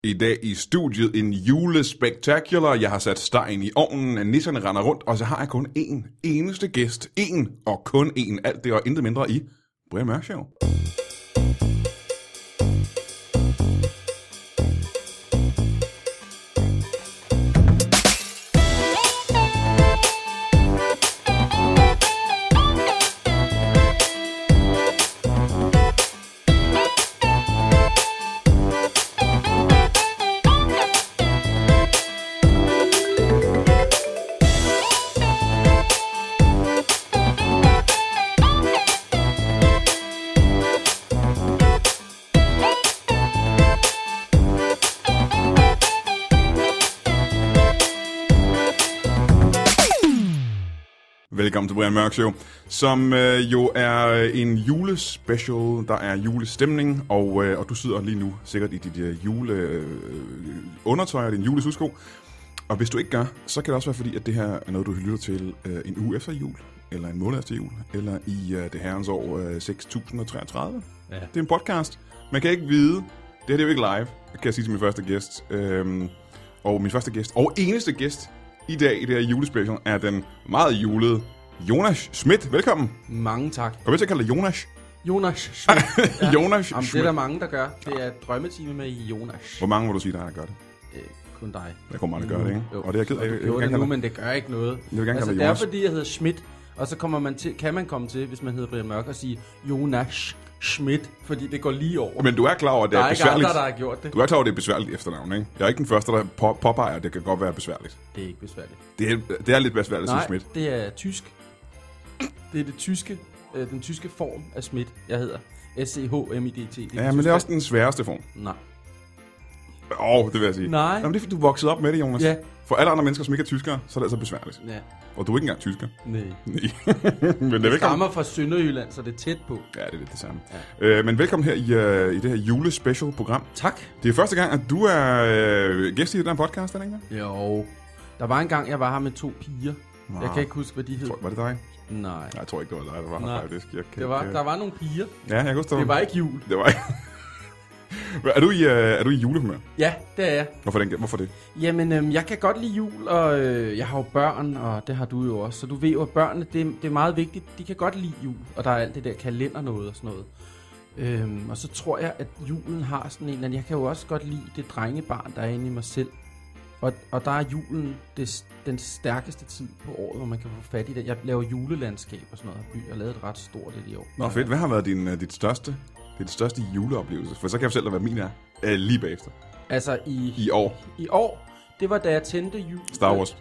I dag i studiet en julespektakular. Jeg har sat stegen i ovnen, nisserne render rundt, og så har jeg kun én eneste gæst. Én og kun én. Alt det og intet mindre i Brian Mørk Show. Velkommen til Brian Mørk Show, som jo er en julespecial. Der er julestemning, og du sidder lige nu sikkert i dit juleundertøj og din julesusko. Og hvis du ikke gør, så kan det også være fordi, at det her er noget, du lytter til en uge efter jul, eller en måned efter jul, eller i det herrens år 6033. Ja. Det er en podcast. Man kan ikke vide, det her det er jo ikke live, kan jeg sige til min første gæst. Og min første gæst, og eneste gæst i dag i det her julespecial, er den meget julede Jonas Schmidt. Velkommen. Mange tak. Og hvis jeg kalder dig Jonas? Jonas Schmidt. Ja. Jonas Schmidt. Det er der mange, der gør. Det er et drømmetime med Jonas. Hvor mange må du sige, der gør det? Kun dig. Der kommer mange, der gør det, ikke? Jo. Og det er jeg ked af. Jeg gjorde det nu, men det gør ikke noget. Jeg vil gerne kalde det er fordi, jeg hedder Schmidt, og så kan man komme til, hvis man hedder Brian Mørk, og sige Jonas Schmidt, fordi det går lige over. Men du er klar over, at det er besværligt. Der er ikke andre, der har gjort det. Du er klar over, at det er besværligt efternavn, ikke? Jeg er ikke den første, der påpeger, at det kan godt være besværligt. Det er ikke besværligt. Det er lidt besværligt at sige Schmidt. Nej, det er tysk. Det er det tyske, den tyske form af Schmidt, jeg hedder. S-C-H-M-I-D-T. Ja, men det er også den sværeste form. Nej. Det vil jeg sige. Nej. Jamen, det er fordi, du er vokset op med det, Jonas. Ja. For alle andre mennesker, som ikke er tyskere, så er det altså besværligt. Ja. Og du er ikke engang tysker. Nej. Men det stammer fra Sønderjylland, så det er tæt på. Ja, det er lidt det samme. Ja. Men velkommen her i det her julespecial-program. Tak. Det er første gang, at du er gæst i den her podcast, eller ikke? Jo. Der var en gang, jeg var her med 2 piger. Jeg kan ikke huske, hvad de hed. Var det dig? Nej. Jeg tror ikke, det var dig, der var her faktisk. Der var nogle piger. Ja, jeg kan forstå. Det var ikke jul. Det var ikke. Er du i julehumør? Ja, det er jeg. Hvorfor det? Jamen, jeg kan godt lide jul, og jeg har jo børn, og det har du jo også. Så du ved jo, at børnene, det er meget vigtigt. De kan godt lide jul, og der er alt det der kalender noget og sådan noget. Og så tror jeg, at julen har sådan en eller anden. Jeg kan jo også godt lide det drengebarn, der er inde i mig selv. Og der er julen den stærkeste tid på året, hvor man kan få fat i det. Jeg laver julelandskab og sådan noget. Jeg har lavet et ret stort i år. Nå fedt. Hvad har været dit største juleoplevelse? For så kan jeg fortælle dig, hvad min er lige bagefter. Altså i år? I år, det var da jeg tændte jul. Star Wars.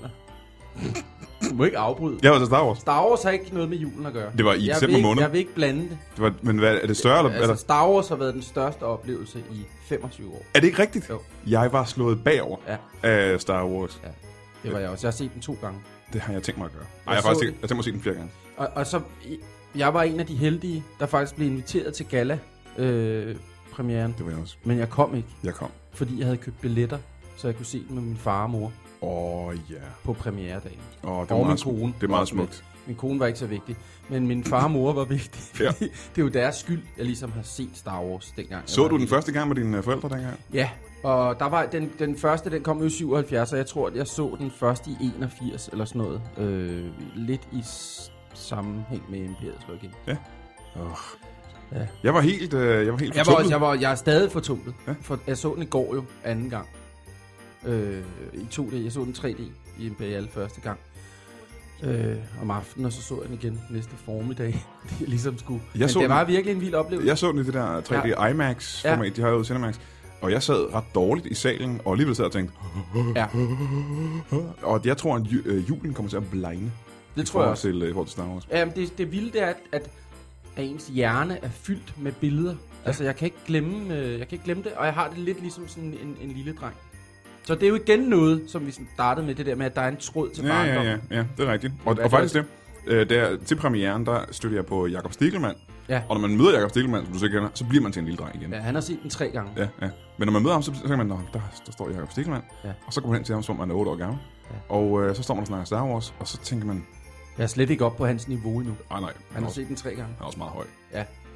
Du må ikke afbryde. Ja, altså Star Wars. Star Wars har ikke noget med julen at gøre. Det var i december måned. Jeg vil ikke blande det. Men hvad, er det større? Altså, eller? Star Wars har været den største oplevelse i 25 år. Er det ikke rigtigt? Jo. Jeg var slået bagover af Star Wars. Ja, det var jeg også. Jeg har set den 2 gange. Det har jeg tænkt mig at gøre. Jeg har tænkt mig at se den 4 gange. Og så, jeg var en af de heldige, der faktisk blev inviteret til gala premieren. Det var jeg også. Men jeg kom ikke. Jeg kom. Fordi jeg havde købt billetter, så jeg kunne se den med min far og mor. Ja. På premieredagen. Og min kone. Det er meget smukt. Min kone var ikke så vigtig, men min far og mor var vigtige. Ja. Det er jo deres skyld, jeg ligesom har set Star Wars dengang. Så du den første gang med dine forældre dengang? Ja, og der var den første, den kom jo i 77, og jeg tror, at jeg så den første i 81 eller sådan noget. Lidt i sammenhæng med Imperiets ryg ind. Ja. Ja. Jeg var helt fortumlet. Jeg er stadig fortumlet. Ja. For jeg så den i går jo, anden gang. I 2D. Jeg så den 3D i Imperial første gang. Om aftenen, og så jeg den igen næste formiddag. Det ligesom skulle. Men det var virkelig en vild oplevelse. Jeg så den i det der 3D IMAX-format. De har jo Cinemax. Og jeg sad ret dårligt i salen, og alligevel sad og tænkte... Ja. Og jeg tror, at julen kommer til at blegne. Det tror jeg også. I forhold til Star Wars. Ja, men det vilde er, at ens hjerne er fyldt med billeder. Ja. Altså, jeg kan ikke glemme det, og jeg har det lidt ligesom sådan en lille dreng. Så det er jo igen noget, som vi startede med, det der med, at der er en tråd til barndom. Ja, det er rigtigt. Og faktisk det, til premieren, der støtter jeg på Jakob Stegelmann. Ja. Og når man møder Jakob Stegelmann, som du sikkert kender, så bliver man til en lille dreng igen. Ja, han har set den 3 gange. Ja. Men når man møder ham, så tænker man, der står Jakob Stegelmann. Ja. Og så går man hen til ham, som man er 8 år gammel. Ja. Og så står man og snakker Star Wars, og så tænker man... Jeg er slet ikke op på hans niveau endnu. Nej. Han har set den 3 gange. Han er også meget høj. Ja.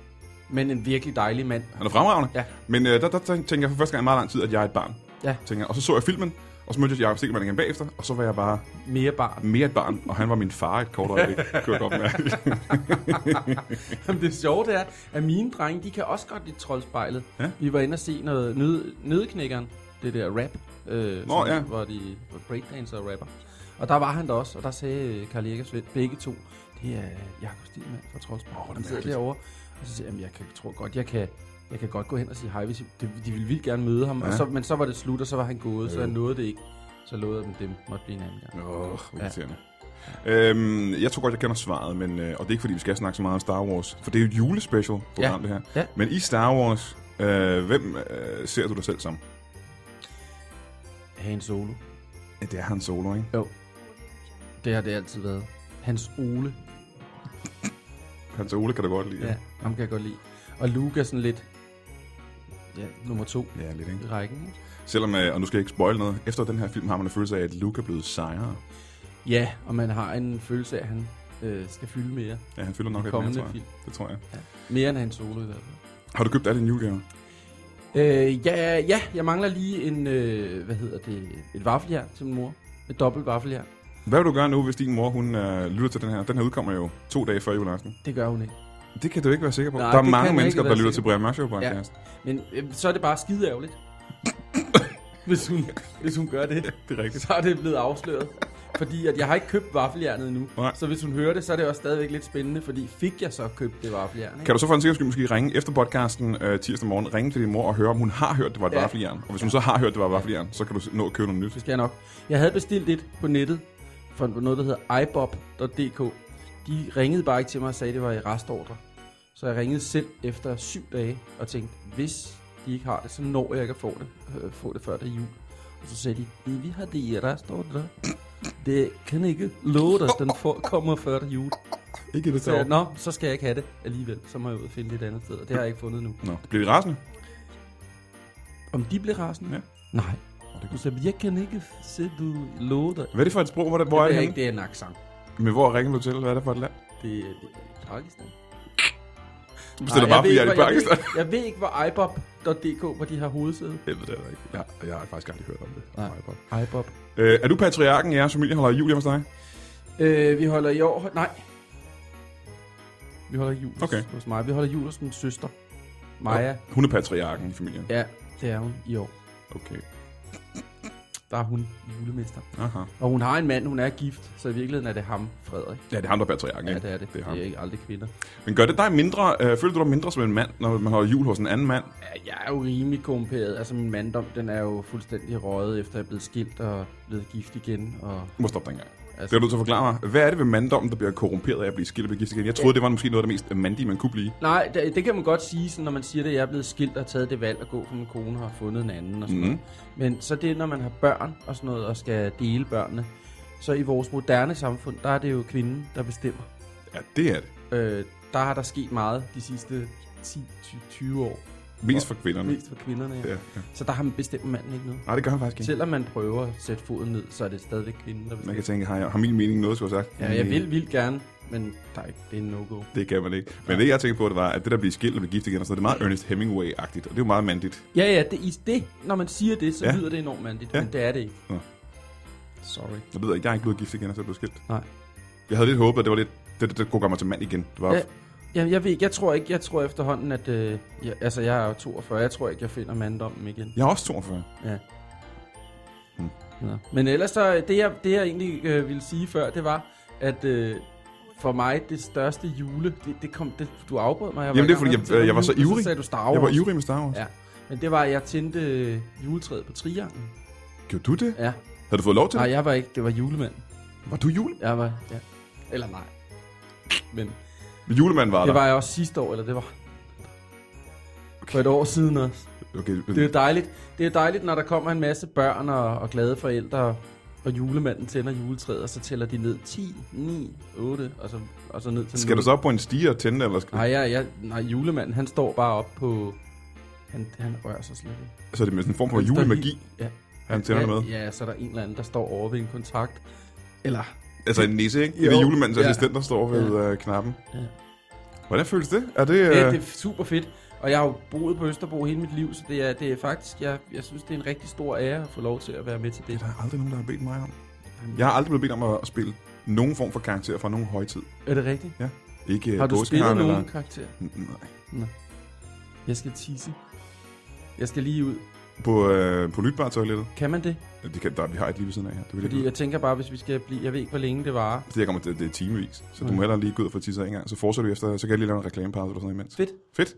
Men en virkelig dejlig mand. Han er fremragende. Ja. Men der tænkte jeg for første gang i meget lang tid, at jeg er et barn. Ja. Og så jeg filmen, og så mødte jeg Jacob Stegelmann igen bagefter, og så var jeg bare... Mere et barn, og han var min far et kort øjeblik. Kunne godt mærke. Jamen det sjove det er, at mine drenge, de kan også godt lide Troldspejlet. Ja? Vi var inde og se noget Nøddeknækkeren, det der rap, hvor de var breakdancer og rapper. Og der var han der også, og der sagde Karl Erik og Svend, begge to, det er Jacob Stegelmann fra Troldspejlet. Han sidder derovre, og så siger jeg, jeg kan godt gå hen og sige hej, hvis de ville vildt gerne møde ham. Ja. Men så var det slut, og så var han gået, så jeg nåede det ikke. Så lovede jeg dem måtte blive en anden gang. Jeg tror godt, jeg kender svaret, men, og det er ikke fordi, vi skal snakke så meget om Star Wars, for det er jo et julespecial program, det her. Ja. Men i Star Wars, hvem ser du dig selv som? Han Solo. Ja, det er Han Solo, ikke? Jo. Det har det altid været. Hans Ole. Hans Ole kan du godt lide. Ja, ham kan jeg godt lide. Og Luke er sådan lidt... Ja, nummer 2 lidt, ikke? I rækken. Selvom, og nu skal jeg ikke spoil noget, efter den her film har man en følelse af, at Luke er blevet sejere. Ja, og man har en følelse af, at han skal fylde mere. Ja, han fylder nok lidt mere, tror jeg. Det tror jeg. Ja. Mere end Han Solo i hvert fald. Har du købt alle dine julegaver? Ja, jeg mangler lige en, et vaffeljern til min mor. Et dobbelt vaffeljern. Hvad vil du gøre nu, hvis din mor, hun lytter til den her? Den her udkommer jo 2 dage før juleaften. Det gør hun ikke. Det kan du ikke være sikker på. Nej, der er mange mennesker, der lytter til Brian Mørk Show podcast. Ja. Men så er det bare skide ærgerligt. hvis hun gør det. Det er rigtigt. Så er det blevet afsløret. Fordi at jeg har ikke købt vaffeljernet endnu. Nej. Så hvis hun hører det, så er det også stadigvæk lidt spændende. Fordi fik jeg så købt det vaffeljern? Ikke? Kan du så for en sikkerheds skyld måske ringe efter podcasten tirsdag morgen, ringe til din mor og høre, om hun har hørt, det var et vaffeljern. Og hvis hun så har hørt, det var et vaffeljern, så kan du nå at købe noget nyt. Det skal jeg nok. Jeg havde bestilt et på nettet for noget, der hedder ibob.dk. De ringede bare ikke til mig og sagde, at det var i restordre. Så jeg ringede selv efter 7 dage og tænkte, hvis de ikke har det, så når jeg ikke at få det før det er jul. Og så sagde de, vi har det i restordre. Det kan ikke love dig, den kommer før det jul. Ikke det så nå, så skal jeg ikke have det alligevel. Så må jeg ud og finde det et andet sted, og det har jeg ikke fundet nu. Nå, bliver de rasende? Om de bliver rasende? Ja. Nej. Du sagde, jeg kan ikke se, du love dig. Hvad er det for et sprog? Hvor er det henne? Det er en accent. Men hvor ringer du til? Hvad er det for et land? Det er Pakistan. Du bestiller bare, fordi jeg er i Pakistan. Jeg ved ikke, hvor ibob.dk, hvor de har hovedsæde. Jeg ved det ikke. Jeg har faktisk aldrig hørt om det. Nej, ibob. Er du patriarken i jeres familie? Holder jul hjemme hos dig? Vi holder i år... Nej. Vi holder jul hos mig. Vi holder jul hos min søster, Maja. Oh, hun er patriarken i familien? Ja, det er hun i år. Okay. Der er hun julemester. Aha. Og hun har en mand, hun er gift, så i virkeligheden er det ham, Frederik. Ja, det er ham, der er patriarken. Ja, det er det. Det er ikke aldrig kvinder. Men gør det dig mindre, føler du dig mindre som en mand, når man holder jul hos en anden mand? Ja, jeg er jo rimelig korrumperet. Altså min manddom, den er jo fuldstændig røget, efter jeg er blevet skilt og blevet gift igen. Og... Du må stoppe den gang. Altså... Det er du til at forklare mig. Hvad er det ved manddommen, der bliver korrumperet af at blive skilt og blive gift igen? Jeg troede, det var måske noget af det mest mandige, man kunne blive. Nej, det kan man godt sige, sådan, når man siger, at jeg er blevet skilt og taget det valg at gå for min kone og har fundet en anden og sådan noget. Men så det, når man har børn og sådan noget og skal dele børnene, så i vores moderne samfund, der er det jo kvinden, der bestemmer. Ja, det er det. Der har der sket meget de sidste 10-20 år. Mest for kvinderne. Mest for kvinderne, ja. Så der har man bestemt manden ikke noget. Nej, det gør han faktisk ikke. Selvom man prøver at sætte foden ned, så er det stadigvæk kvinden, der bestemmer. Man kan tænke, har min mening noget, skulle have sagt? Ja, jeg vil gerne, men der er ikke, det er en no-go. Det kan man ikke. Men det, jeg tænker på, det var, at det der bliver skilt og bliver gift igen, og så det er meget Ernest Hemingway-agtigt, og det er jo meget mandigt. Ja, når man siger det, så lyder det enormt mandigt, men det er det ikke. Ja. Sorry. Jeg ved ikke, jeg er ikke blevet gift igen, og så er jeg blevet skilt. Nej. Jeg havde lidt håbet, at det var lidt, det kunne gøre mig til mand igen. Det var jeg ved ikke, jeg tror efterhånden, at jeg er jo 42, jeg tror ikke, jeg finder manddommen igen. Jeg er også 42. Ja. Ja. Men ellers så, det jeg egentlig ville sige før, det var, at for mig det største jule, du afbrød mig. Jamen det er fordi, jeg var så ivrig. Så sagde du Star Wars. Jeg var ivrig med Star Wars. Ja. Men det var, at jeg tændte juletræet på Trianglen. Gjorde du det? Ja. Havde du fået lov til det? Nej, jeg var ikke. Det var julemanden. Var du julemand? Jeg var, ja. Eller nej. Men julemanden var der? Det var jeg også sidste år, eller det var for et år siden også. Okay, det er dejligt. Det er dejligt, når der kommer en masse børn og glade forældre, og julemanden tænder juletræet, og så tæller de ned 10, 9, 8, og så ned til 0. Skal du så op på en stige og tænde, eller skal Nej, julemanden, han står bare op på... Han rører sig slet ikke. Så er det med sådan en form for julemagi, ja. Han tænder med? Ja, så er der en eller anden, der står over ved en kontakt. Eller... Altså en nisse, ikke? Det er julemandens assistent, der står ved knappen. Ja. Hvordan føles det? Det er super fedt. Og jeg har jo boet på Østerbro hele mit liv, så det er faktisk, jeg synes, det er en rigtig stor ære at få lov til at være med til det. Der er aldrig nogen, der har bedt mig om. Jeg har aldrig blevet bedt om at spille nogen form for karakter fra nogen højtid. Er det rigtigt? Ja. Ikke har du spillet nogen karakter? Nej. Jeg skal tisse. Jeg skal lige ud. På lytbartoilettet? Kan man det? Det kan vi har et lige ved siden af her. Fordi jeg tænker bare, hvis vi skal blive... Jeg ved ikke, hvor længe det varer. Det er timevis. Så du må hellere lige gå ud og få tisset en gang. Så fortsætter du efter, så kan jeg lige lave en reklamepause eller sådan imens. Fedt.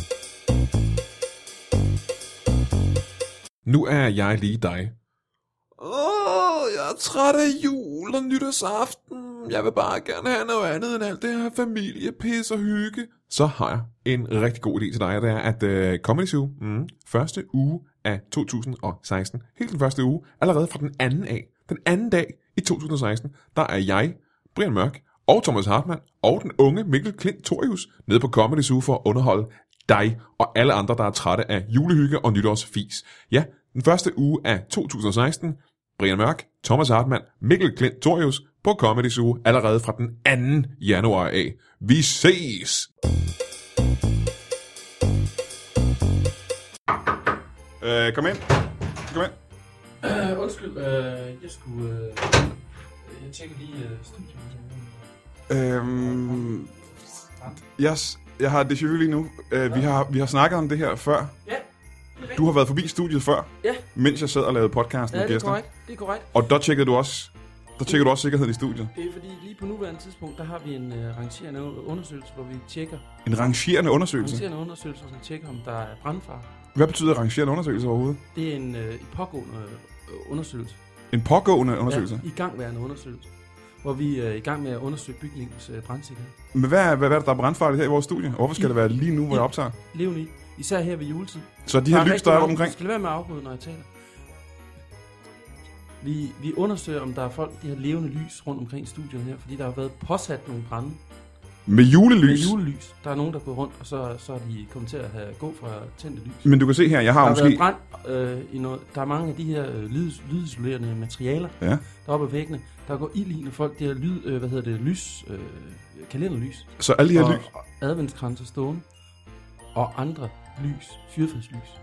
Nu er jeg lige dig. Jeg er træt af jul og nytårsaften. Jeg vil bare gerne have noget andet end alt det her familiepis og hygge. Så har jeg en rigtig god idé til dig, og det er, at Comedy Zoo, første uge af 2016, helt den første uge, allerede fra den anden dag i 2016, der er jeg, Brian Mørk, og Thomas Hartmann, og den unge Mikkel Klint Thorius, nede på Comedy Zoo for at underholde dig og alle andre, der er trætte af julehygge og nytårsfis. Ja, den første uge af 2016, Brian Mørk, Thomas Hartmann, Mikkel Klint Thorius på Comedy Zoo allerede fra den 2. januar af. Vi ses! Kom ind. Undskyld, jeg skulle... jeg tjekker lige studiet. Jeg har déjà vu lige nu. Vi har snakket om det her før. Ja. Du har været forbi studiet før, ja, mens jeg sad og lavede podcasten med gæster. Det er korrekt. Og der tjekkede du også sikkerheden i studiet. Det er fordi lige på nuværende tidspunkt, der har vi en rangerende undersøgelse, hvor vi tjekker... En rangerende undersøgelse? Rangerende undersøgelse, som tjekker, om der er brandfare. Hvad betyder rangerende undersøgelse overhovedet? Det er en pågående undersøgelse. En pågående undersøgelse? Ja, igangværende undersøgelse. Hvor vi er i gang med at undersøge bygningens brandsikkerhed. Men hvad er det, der er brandfarligt her i vores studie? Hvorfor skal det være lige nu, hvor jeg optager? Levende i. Især her ved juletid. Så de her lys, der er omkring? Skal det være med at afbryde, når jeg taler? Vi undersøger, om der er folk, de har levende lys rundt omkring studiet her, fordi der har været påsat nogle brænde. Med julelys? Med julelys. Der er nogen, der går rundt, og så er de kommet til at gå fra tændte lys. Men du kan se her, jeg har måske... Der har været brand i noget. Der er mange af de her lydisolerende materialer, deroppe af væggene. Der går ild i, når folk de har kalenderlys. Så alle de her lys? Og adventskranser stående. Og andre lys, fyrfadslys,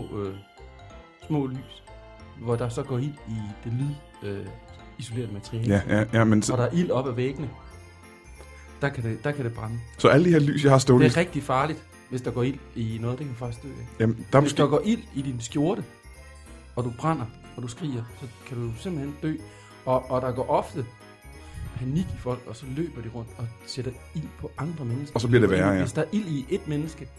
små lys, hvor der så går ild i det isolerede materiale. Ja, men... Og der er ild op ad væggene. Der kan det brænde. Så alle de her lys, jeg har stående... Det er rigtig farligt, hvis der går ild i noget, det kan faktisk dø af. Jamen, hvis der går ild i din skjorte, og du brænder, og du skriger, så kan du simpelthen dø. Og der går ofte panik i folk, og så løber de rundt og sætter ild på andre mennesker. Og så bliver det værre, ja. Hvis der er ild i et menneske,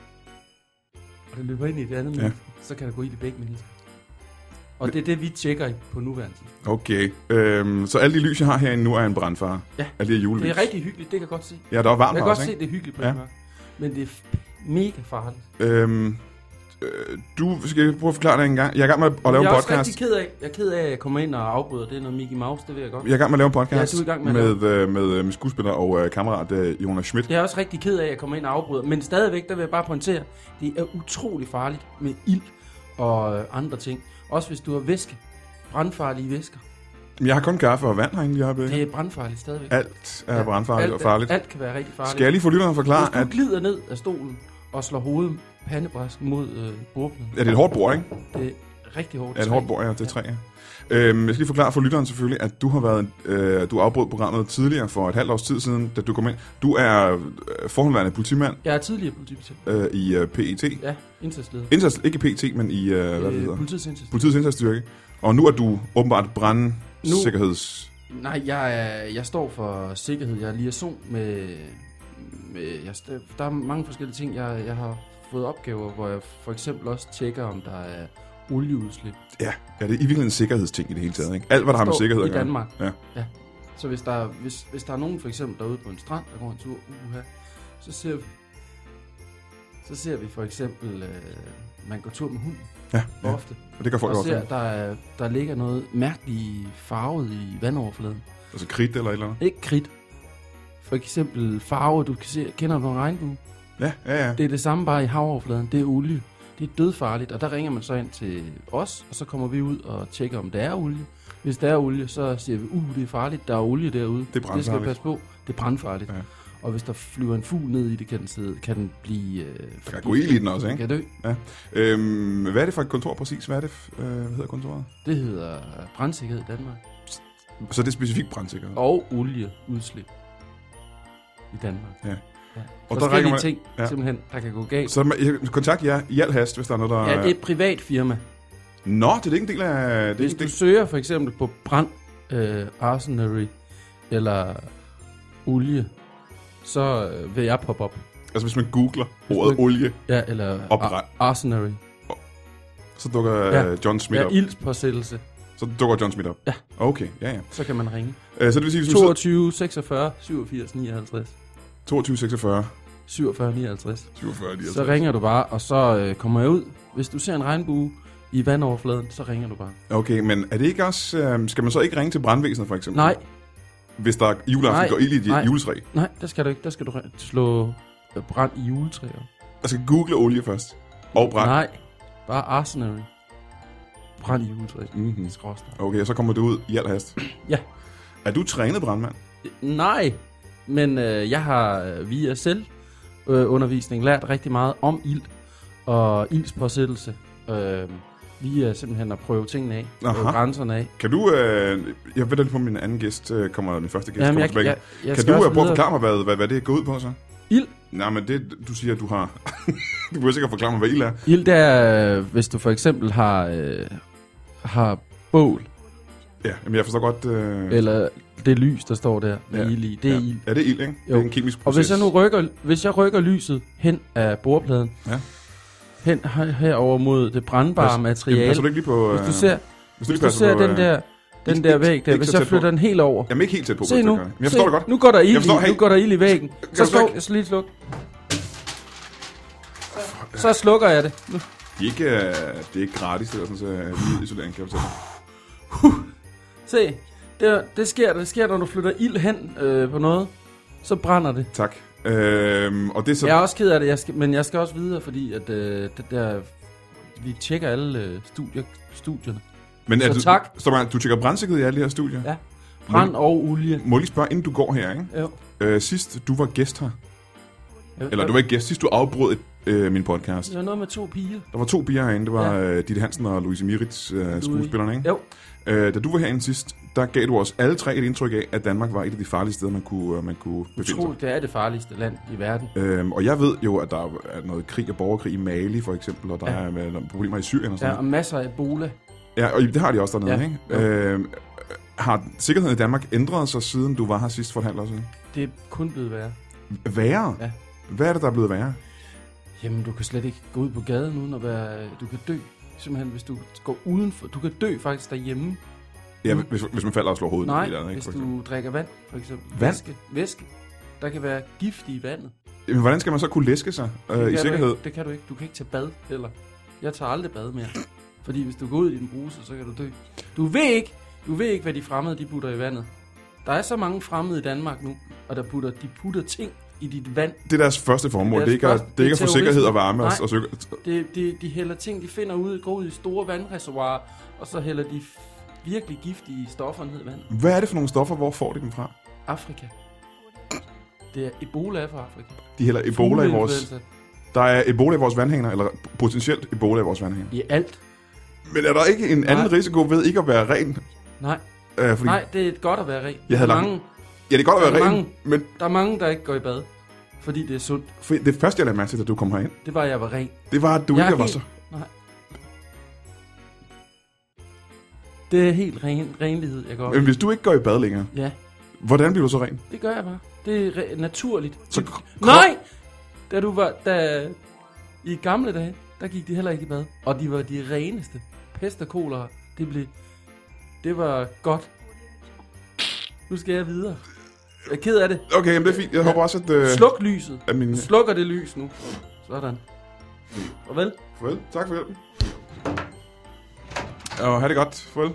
og det løber ind i et andet menneske, så kan der gå ild i begge mennesker. Og det er det, vi tjekker på nuværende tid. Okay. Så alle de lys, jeg har herinde nu, er en brandfare? Ja. Alle de julelys? Det er rigtig hyggeligt, det kan jeg godt se. Ja, der er varmt. Jeg kan godt se, det er hyggeligt på den måde. Men det er mega farligt. Du skal prøve at forklare det en gang. Jeg er i gang med at lave en podcast. Jeg er også rigtig ked af, at jeg kommer ind og afbryder. Det er noget Mickey Mouse, det ved jeg godt. Jeg er i gang med at lave en podcast med skuespiller og kammerat Jonas Schmidt. Jeg er også rigtig ked af, at jeg kommer ind og afbryder. Men stadigvæk, der vil jeg bare pointere, det er utrolig farligt med ild og andre ting. Også hvis du har væske. Brandfarlige væsker. Jeg har kun kaffe og vand herinde lige oppe. Det er brandfarligt stadigvæk. Alt er brandfarligt og farligt. Alt kan være rigtig farligt. Skal jeg lige få lytteren forklare, at... Hvis du glider ned af stolen og slår hovedet pandebræsken mod bordpladen. Ja, det er et hårdt bord, ikke? Det er rigtig hårdt. Ja, det er et hårdt bord, ja. Det er 3, ja. Jeg skal lige forklare for lytteren selvfølgelig, at du har været, du afbrød programmet tidligere for et halvt års tid siden, da du kom ind. Du er forhåndværende politimand. Jeg er tidligere politibetjent. I PET. Ja, indsatsleder. Ikke PET, men i hvad det hedder? Politiets indsatsstyrke. Og nu er du åbenbart brandsikkerheds... Nej, jeg står for sikkerhed. Jeg er liaison med der er mange forskellige ting. Jeg har fået opgaver, hvor jeg for eksempel også tjekker, om der er olieudslip. Ja, det er i virkeligheden en sikkerhedsting i det hele taget, ikke? Alt, hvad der har med sikkerhed at gøre. I Danmark. Ja. Så hvis der er nogen for eksempel derude på en strand, der går en tur, så ser vi for eksempel, man går tur med hunden. Ja. Ofte. Og det gør folk ofte. Og ser, der ligger noget mærkeligt farvet i vandoverfladen. Altså kridt eller et eller andet? Ikke kridt. For eksempel farve, du kan se, kender du en regnbue? Ja. Det er det samme bare i havoverfladen. Det er olie. Det er dødfarligt, og der ringer man så ind til os, og så kommer vi ud og tjekker, om der er olie. Hvis der er olie, så siger vi, det er farligt, der er olie derude. Det er brandfarligt. Det skal passe på. Det er brandfarligt. Ja. Og hvis der flyver en fugl ned i det, kan den blive... Der kan gå ild i den også, ikke? Kan dø. Ja. Hvad er det for et kontor præcis? Hvad hedder kontoret? Det hedder brandsikkerhed i Danmark. Så det er specifikt brandsikkerhed? Og olieudslip i Danmark. Ja. Og der ringer ting, simpelthen, der kan gå galt. Så kontakt jer i al hast, hvis der er noget, der... Ja, det er et privat firma. Nå, det er ikke en del af... Hvis du søger for eksempel på brand, arsenary eller olie, så vil jeg poppe op. Altså hvis man googler ordet olie eller arsenary, så dukker John Smith op. Ja, ildspåsættelse. Så dukker John Smith op? Ja. Okay, ja. Så kan man ringe. Så det vil sige, 22 46 87 59. 22 46 47 59. 47 59. Så ringer du bare, og så kommer jeg ud. Hvis du ser en regnbue i vandoverfladen, så ringer du bare. Okay, men er det ikke også... skal man så ikke ringe til brandvæsenet, for eksempel? Nej. Hvis der juleaften går ild i dit juletræ? Nej, det skal du ikke. Der skal du slå brand i juletræer. Jeg skal google olie først. Og brand? Nej, bare arsenary. Brand i juletræ. Mm-hmm. Okay, så kommer du ud i al hast. Ja. Er du trænet brandmand? Nej, men jeg har via selvundervisning lært rigtig meget om ild og ildspåsættelse. Via simpelthen at prøve tingene af, prøve grænserne af. Kan du, jeg ved da lige på min anden gæst, min første gæst kommer tilbage. Kan du prøve at forklare mig, hvad det går ud på så? Ild? Nej, men det, du siger, at du har... du burde sikkert forklare mig, hvad ild er. Ild, det er, hvis du for eksempel har bål. Ja, men jeg forstår godt... Eller det lys, der står der med ild i. Det er ild. Ja, det er ild, ikke? Jo. Det er en kemisk proces. Og hvis jeg rykker lyset hen af bordpladen, hen herover mod det brandbare materiale. Passer du ikke lige på... Hvis du ser den der væg der, hvis jeg flytter den helt over. Jamen ikke helt tæt på. Se nu. Men jeg forstår det godt. Nu går der ild i væggen. Så lige sluk. Så slukker jeg det. Nu. Det er ikke gratis, det der sådan så isolering, kan jeg fortælle. Se, det sker, når du flytter ild hen på noget, så brænder det. Tak. Og det er så... Jeg er også ked af det, men jeg skal også videre, fordi at vi tjekker alle studierne. Men så tak. Så du tjekker brandsikkerhed i alle de her studier? Ja. Brand og olie. Må jeg lige spørge, inden du går her, ikke? Jo. Sidst du var gæst her, eller du var ikke gæst, sidst du afbrød min podcast. Det var noget med 2 piger. Der var 2 piger herinde, det var Ditte Hansen og Louise Miritz, skuespillerne, ikke? Jo. Da du var herinde sidst, der gav du os alle 3 et indtryk af, at Danmark var et af de farligste steder, man kunne befinde sig. Det er det farligste land i verden. Og jeg ved jo, at der er noget krig og borgerkrig i Mali, for eksempel, og der er problemer i Syrien og sådan noget. Og masser af Ebola. Ja, og det har de også dernede, ikke? Har sikkerheden i Danmark ændret sig, siden du var her sidst for et halvt år siden? Det er kun blevet værre. Værre? Ja. Hvad er det, der er blevet værre? Jamen, du kan slet ikke gå ud på gaden uden at være... Du kan dø. Simpelthen, hvis du går udenfor. Du kan dø faktisk derhjemme. Ja, hvis man falder og slår hovedet. Nej, eller andet, hvis du drikker vand, for eksempel. Vand? Væske. Der kan være gift i vandet. Jamen, hvordan skal man så kunne læske sig i sikkerhed? Det kan du ikke. Du kan ikke tage bad heller. Jeg tager aldrig bad mere. Fordi hvis du går ud i din bruse, så kan du dø. Du ved ikke, hvad de fremmede de putter i vandet. Der er så mange fremmede i Danmark nu, og de putter ting i dit vand. Det er deres første formål. Det er ikke at få sikkerhed og varme. Nej, de hælder ting, de finder ud, går ud i store vandreservoirer, og så hælder de virkelig giftige stoffer ned i vandet. Hvad er det for nogle stoffer? Hvor får de dem fra? Afrika. Det er Ebola fra Afrika. De hælder Ebola i vores... Der er Ebola i vores vandhænger, eller potentielt Ebola i vores vandhænger. I alt. Men er der ikke en anden risiko ved ikke at være ren? Nej. Fordi Nej, det er godt at være ren. Ja, det er godt at være ren, men... Der er mange, der ikke går i bad, fordi det er sundt. Det første, jeg lagde mærke til, da du kom herind... Det var, at jeg var ren. Det var, at du ikke var så... Nej. Det er helt renlighed, jeg går op. Men hvis du ikke går i bad længere... Ja. Hvordan bliver du så ren? Det gør jeg bare. Det er naturligt. Så Nej! I gamle dage, der gik de heller ikke i bad. Og de var de reneste. Pest og kolera. Det var godt. Nu skal jeg videre. Jeg er ked af det. Okay, men det er fint. Jeg håber også, at... Sluk lyset. Du slukker det lys nu. Sådan. Farvel. Farvel. Tak for hjælpen. Og have det godt. Farvel.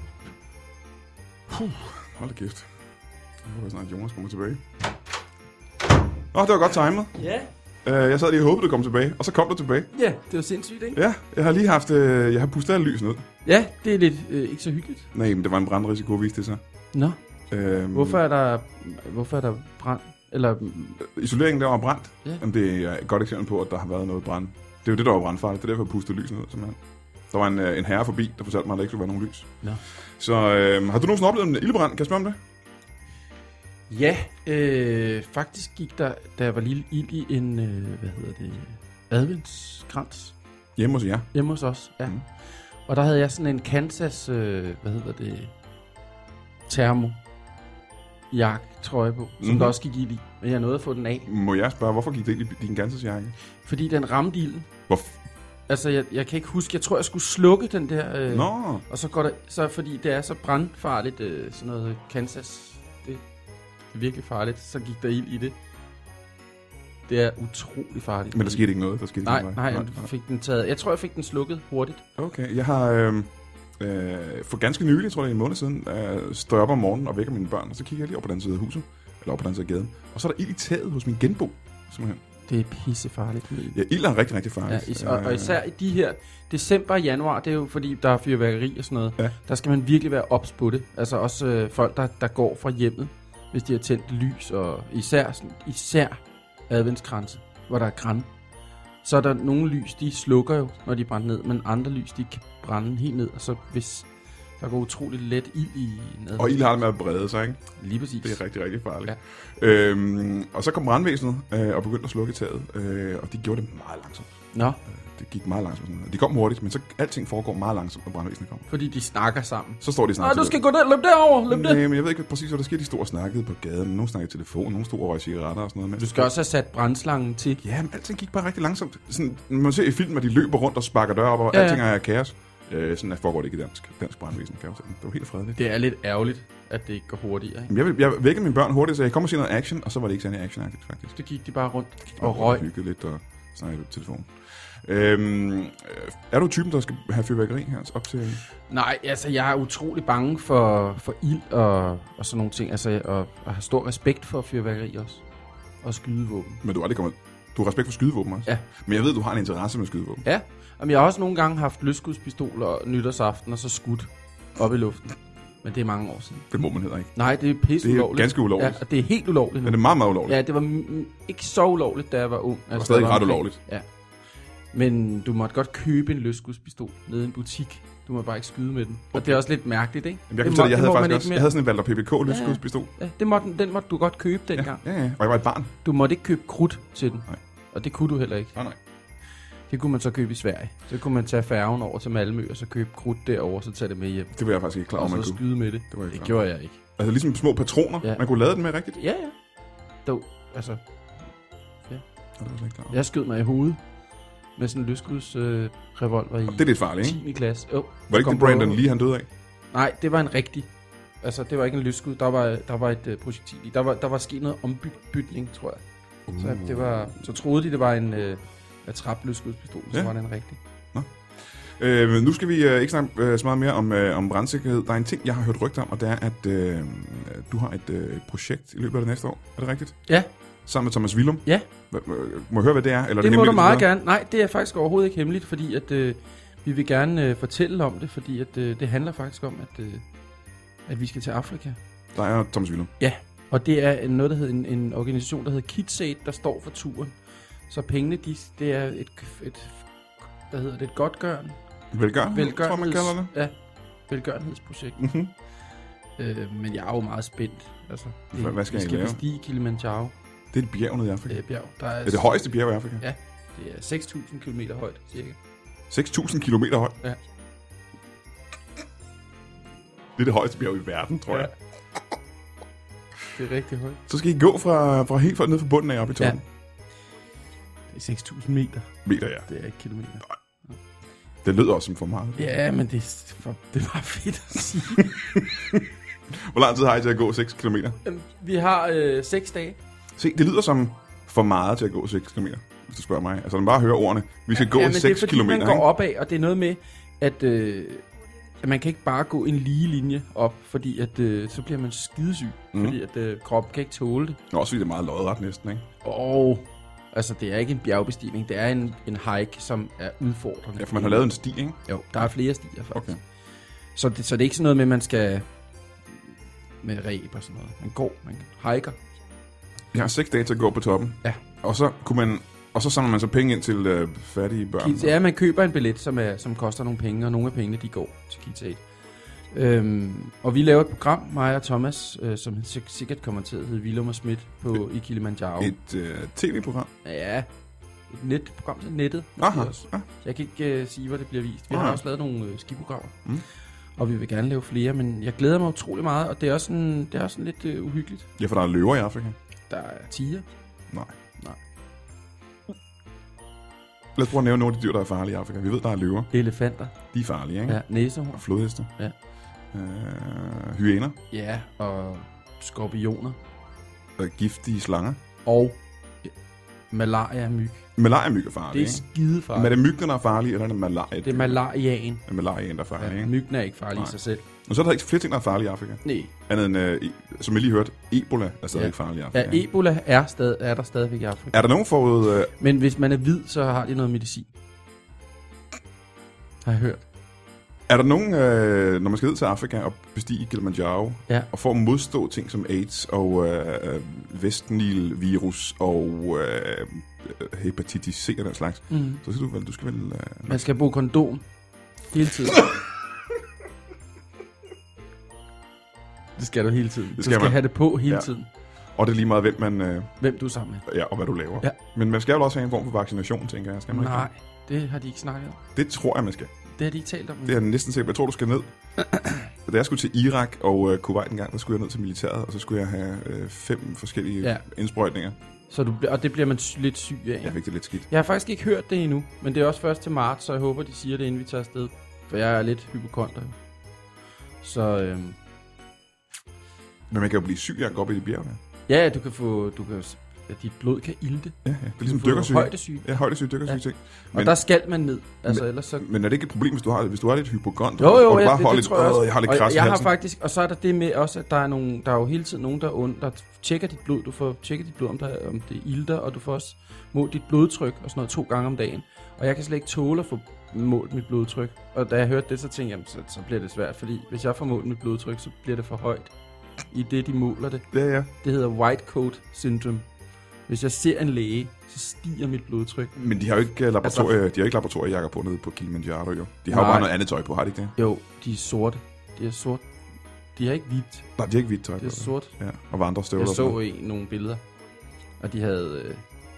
Hold da kæft. Nu er snart Jonas kommer tilbage. Det var godt timet. Ja. Jeg sad lige og håbede, du kom tilbage, og så kom du tilbage. Ja, det var sindssygt, ikke? Ja, jeg har lige haft... jeg har pustet af lysen ud. Ja, det er lidt ikke så hyggeligt. Nej, men det var en brandrisiko, viste det sig. Nå. Hvorfor er der brand? Eller... Isoleringen, der var brændt. Ja. Jamen, det er et godt eksempel på, at der har været noget brand. Det er jo det, der var brandfarligt. Det er derfor, jeg pustede lysene ud, simpelthen. Der var en herre forbi, der fortalte mig, at der ikke skulle være nogen lys. Ja. Så har du nogensinde oplevet en ildebrand? Kan jeg spørge om det? Ja, faktisk gik der, da jeg var lille, ild i en, adventskrans. Hjemme hos jer? Hjemme hos os, ja. Mm. Og der havde jeg sådan en Kansas, termo-jakke-trøje på, som der også gik ild i. Men jeg nåede at få den af. Må jeg spørge, hvorfor gik det ild i din Kansas-jakke? Fordi den ramte ilden. Hvorfor? Altså, jeg kan ikke huske, jeg tror, jeg skulle slukke den der. Nå. Og så går der, så fordi det er så brandfarligt, sådan noget Kansas, det er virkelig farligt, så gik der ild i det. Det er utrolig farligt. Men der skete ikke noget? Nej, jeg fik den taget. Jeg tror, jeg fik den slukket hurtigt. Okay, jeg har for ganske nylig, jeg tror det er en måned siden, stod op om morgenen og vækker mine børn, og så kigger jeg lige over på den side af huset, eller over på den side af gaden, og så er der ild i taget hos min genbo, simpelthen. Det er pissefarligt. Ja, ild er rigtig, rigtig farligt. Ja, og især i de her december og januar, det er jo fordi, der er fyrværkeri og sådan noget. Ja. Der skal man virkelig være ops på det. Altså også folk, der går fra hjemmet, hvis de har tændt lys, og især adventskranse, hvor der er græn. Så er der nogle lys, de slukker jo, når de brænder ned, men andre lys, de kan brænde helt ned, og så hvis der går utroligt let ild i en og ild har det med at brede sig, ikke? Lige præcis. Det er rigtig, rigtig farligt. Ja. Og så kom brandvæsenet og begyndte at slukke taget, og de gjorde det meget langsomt. Nå. Det gik meget langsomt. De kom hurtigt, men så alting foregår meget langsomt, når brandvæsenet kommer. Fordi de snakker sammen. Så står de snakker. Du skal gå der, løb derover, løb det. Nej, men jeg ved ikke præcis, hvad der sker. De stod og snakkede på gaden, nogle snakkede i telefon, nogle stod og røg cigaretter og sådan noget. Du skal også have sat brandslangen til. Ja, men alting gik bare rigtig langsomt. Sådan, man ser i film, at de løber rundt og sparker døre op, og alting er kaos. Sådan foregår det ikke i dansk brandvæsen, kan jeg sige. Det var helt fredeligt. Det er lidt ærgerligt, at det ikke går hurtigere. Ikke? Jeg vækkede mine børn hurtigt, så jeg kom og se noget action, og så var det ikke særlig actionagtigt, faktisk. Det gik de bare rundt og røg. Hyggede lidt og snakkede på telefonen. Er du typen, der skal have fyrværkeri her op til? Nej, altså jeg er utrolig bange for ild og sådan nogle ting. Altså og har stor respekt for fyrværkeri også. Og skydevåben. Men du har respekt for skydevåben også? Ja. Men jeg ved, du har en interesse med skydevåben. Ja. Men jeg har også nogle gange haft løsskudspistoler nytårsaften og så skudt op i luften. Men det er mange år siden. Det må man heller ikke. Nej, det er pisse ulovligt. Det er ganske ulovligt. Ja, og det er helt ulovligt. Men det er meget, meget ulovligt. Ja, det var ikke så ulovligt, da jeg var ung. Det var stadig ret ulovligt. Ja. Men du måtte godt købe en løsskudspistol nede i en butik. Du må bare ikke skyde med den. Okay. Og det er også lidt mærkeligt, ikke? Jamen, jeg havde sådan en Walter PPK løsskudspistol. Ja, den måtte du godt købe dengang. Ja. Og jeg var et barn. Du måtte ikke købe krudt til den. Nej. Og det kunne du heller ikke. Nej. Det kunne man så købe i Sverige. Så kunne man tage færgen over til Malmø, og så købe krudt derovre, så tage det med hjem. Det var jeg faktisk ikke klar over, man kunne. Og så skyde med det. Det gjorde jeg ikke. Altså ligesom små patroner, man kunne lade den med rigtigt? Ja. Dog, altså... Ja. Det var ikke klar over. Jeg skød mig i hovedet med sådan en løskudsrevolver i det er lidt farligt, ikke? 10. klasse. Var det ikke det Brandon Lee, han døde af? Nej, det var en rigtig. Altså, det var ikke en løsskud. Der var et projektil i. Der var sket noget ombytning, tror jeg. Så troede de, det var en attrap-løskudspistol, så var det en rigtig. Nå. Nu skal vi ikke snakke så meget mere om brandsikkerhed. Der er en ting, jeg har hørt rygter om, og det er, at du har et projekt i løbet af det næste år. Er det rigtigt? Ja. Sammen med Thomas Willum? Ja. Må jeg høre, hvad det er? Eller det må du meget gerne. Nej, det er faktisk overhovedet ikke hemmeligt, fordi at, vi vil gerne fortælle om det, fordi at, det handler faktisk om, at vi skal til Afrika. Der er Thomas Willum? Ja, og det er noget, der hedder en organisation, der hedder KidsAid, der står for turen. Så pengene, det er et godtgørende. Velgørenhed, tror man kalder det? Ja, velgørenhedsprojekt. Mm-hmm. Men jeg er jo meget spændt. Altså, hvad skal I lave? Vi skal bestige Kilimanjaro. Det er et bjerg nede i Afrika? Det er bjerg. Er det højeste bjerg i Afrika? Ja, det er 6.000 kilometer højt, cirka. 6.000 kilometer højt? Ja. Det er det højeste bjerg i verden, tror jeg. Det er rigtig højt. Så skal I gå fra helt ned fra bunden af op i toppen? Ja. Det er 6.000 meter. Meter, ja. Det er ikke kilometer. Nej. Det lyder også som for meget. Ja, men det er bare fedt at sige. Hvor lang tid har I til at gå 6 kilometer? Vi har 6 dage. Se, det lyder som for meget til at gå 6 kilometer, hvis du spørger mig. Altså, man bare hører ordene. Vi skal gå 6 kilometer. Det er fordi, man går opad, og det er noget med, at man kan ikke bare gå en lige linje op, fordi at, så bliver man skidesyg, fordi at kroppen kan ikke tåle det. Også fordi det er meget lodret næsten, ikke? Altså, det er ikke en bjergbestigning, det er en hike, som er udfordrende. Ja, for man har lavet en sti, ikke? Jo, der er flere stier, faktisk. Okay. Så det er ikke sådan noget med, at man skal med ræb og sådan noget. Man hiker. Jeg har 6 dage til at gå på toppen. Ja. Og så samler man så penge ind til fattige børn. Ja, man køber en billet, som koster nogle penge, og nogle af pengene, de går til Kids Aid. Og vi laver et program, mig og Thomas, som sikkert kommer til at hedde Willum og Schmidt i Kilimanjaro. Et tv-program? Ja, et netprogram til nettet. Aha. Jeg kan ikke sige, hvor det bliver vist. Vi har også lavet nogle skiprogrammer. Og vi vil gerne lave flere, men jeg glæder mig utrolig meget, og det er også sådan lidt uhyggeligt. Ja, for der er løver i Afrika. Der er tiger. Nej. Lad os prøve at nævne nogle af de dyr, der er farlige i Afrika. Vi ved, der er løver. Elefanter. De er farlige, ikke? Ja, næsehorn. Og flodheste. Ja. Hyæner. Ja, og skorpioner. Giftige slanger. Og malaria-myg. Malaria-myg er farlige, Det er skide farligt. Men er det myggene, der er farlige, eller er det malaria? Det er malariaen. Det er malariaen, der er farlig, ikke? Myggene er ikke farlige i sig selv. Og så er der ikke flere ting, der er farlige i Afrika. Nej. Andet end, som jeg lige hørte, Ebola er stadig ikke farlig i Afrika. Ja, Ebola er der stadigvæk i Afrika. Er der nogen forud... Men hvis man er hvid, så har de noget medicin. Har jeg hørt. Er der nogen, når man skal ned til Afrika og bestige Kilimanjaro, og for at modstå ting som AIDS og Vestnil-virus og hepatitis C og den slags, så skal du skal vel... Man skal bruge kondom hele tiden. Det skal du hele tiden. Du skal have det på hele tiden. Og det er lige meget, hvem du er sammen med. Ja, og hvad du laver. Ja. Men man skal jo også have en form for vaccination, tænker jeg. Skal man Nej, det har de ikke snakket om. Det tror jeg, man skal. Det har de ikke talt om. Det er næsten sikkert. Jeg tror, du skal ned. Da jeg skulle til Irak og Kuwait engang, der skulle jeg ned til militæret, og så skulle jeg have 5 forskellige indsprøjtninger. Og det bliver man lidt syg af. Jeg fik det lidt skidt. Jeg har faktisk ikke hørt det endnu, men det er også først til marts, så jeg håber, de siger det, inden vi tager afsted. For jeg er lidt hypokonter. Så... Men man kan jo blive syg af at gå op i de bjergene. Ja, dit blod kan ilte. Ja, det er ligesom dykkersyge. Højdesyge. Ja, højdesyge, dykkersyge ting. Men, og der skal man ned. Altså, ellers så... Men er det ikke et problem, hvis du har lidt hypokont? Jo, og du bare holder det tror jeg jeg har lidt kras i halsen. faktisk, og så er der det med også, at der er jo hele tiden nogen, der tjekker dit blod. Du får tjekket dit blod, om det ilter, og du får også målt dit blodtryk og sådan noget 2 gange om dagen. Og jeg kan slet ikke tåle at få målt mit blodtryk. Og da jeg hørte det, så tænkte jeg, så bliver det svært, fordi hvis jeg får målt mit blodtryk, så bliver det for højt i det, de måler det. Ja. Det hedder white coat syndrome. Hvis jeg ser en læge, så stiger mit blodtryk. Men de har jo ikke laboratoriejakker på nede på Kilimanjaro, jo. De har jo bare noget andet tøj på, har de ikke det? Jo, de er sorte. De er sort. De har ikke hvidt. Nej, de har ikke hvidt tøj på. Det er sort. Ja, og vandrestøvler. Jeg så nogle billeder, og de havde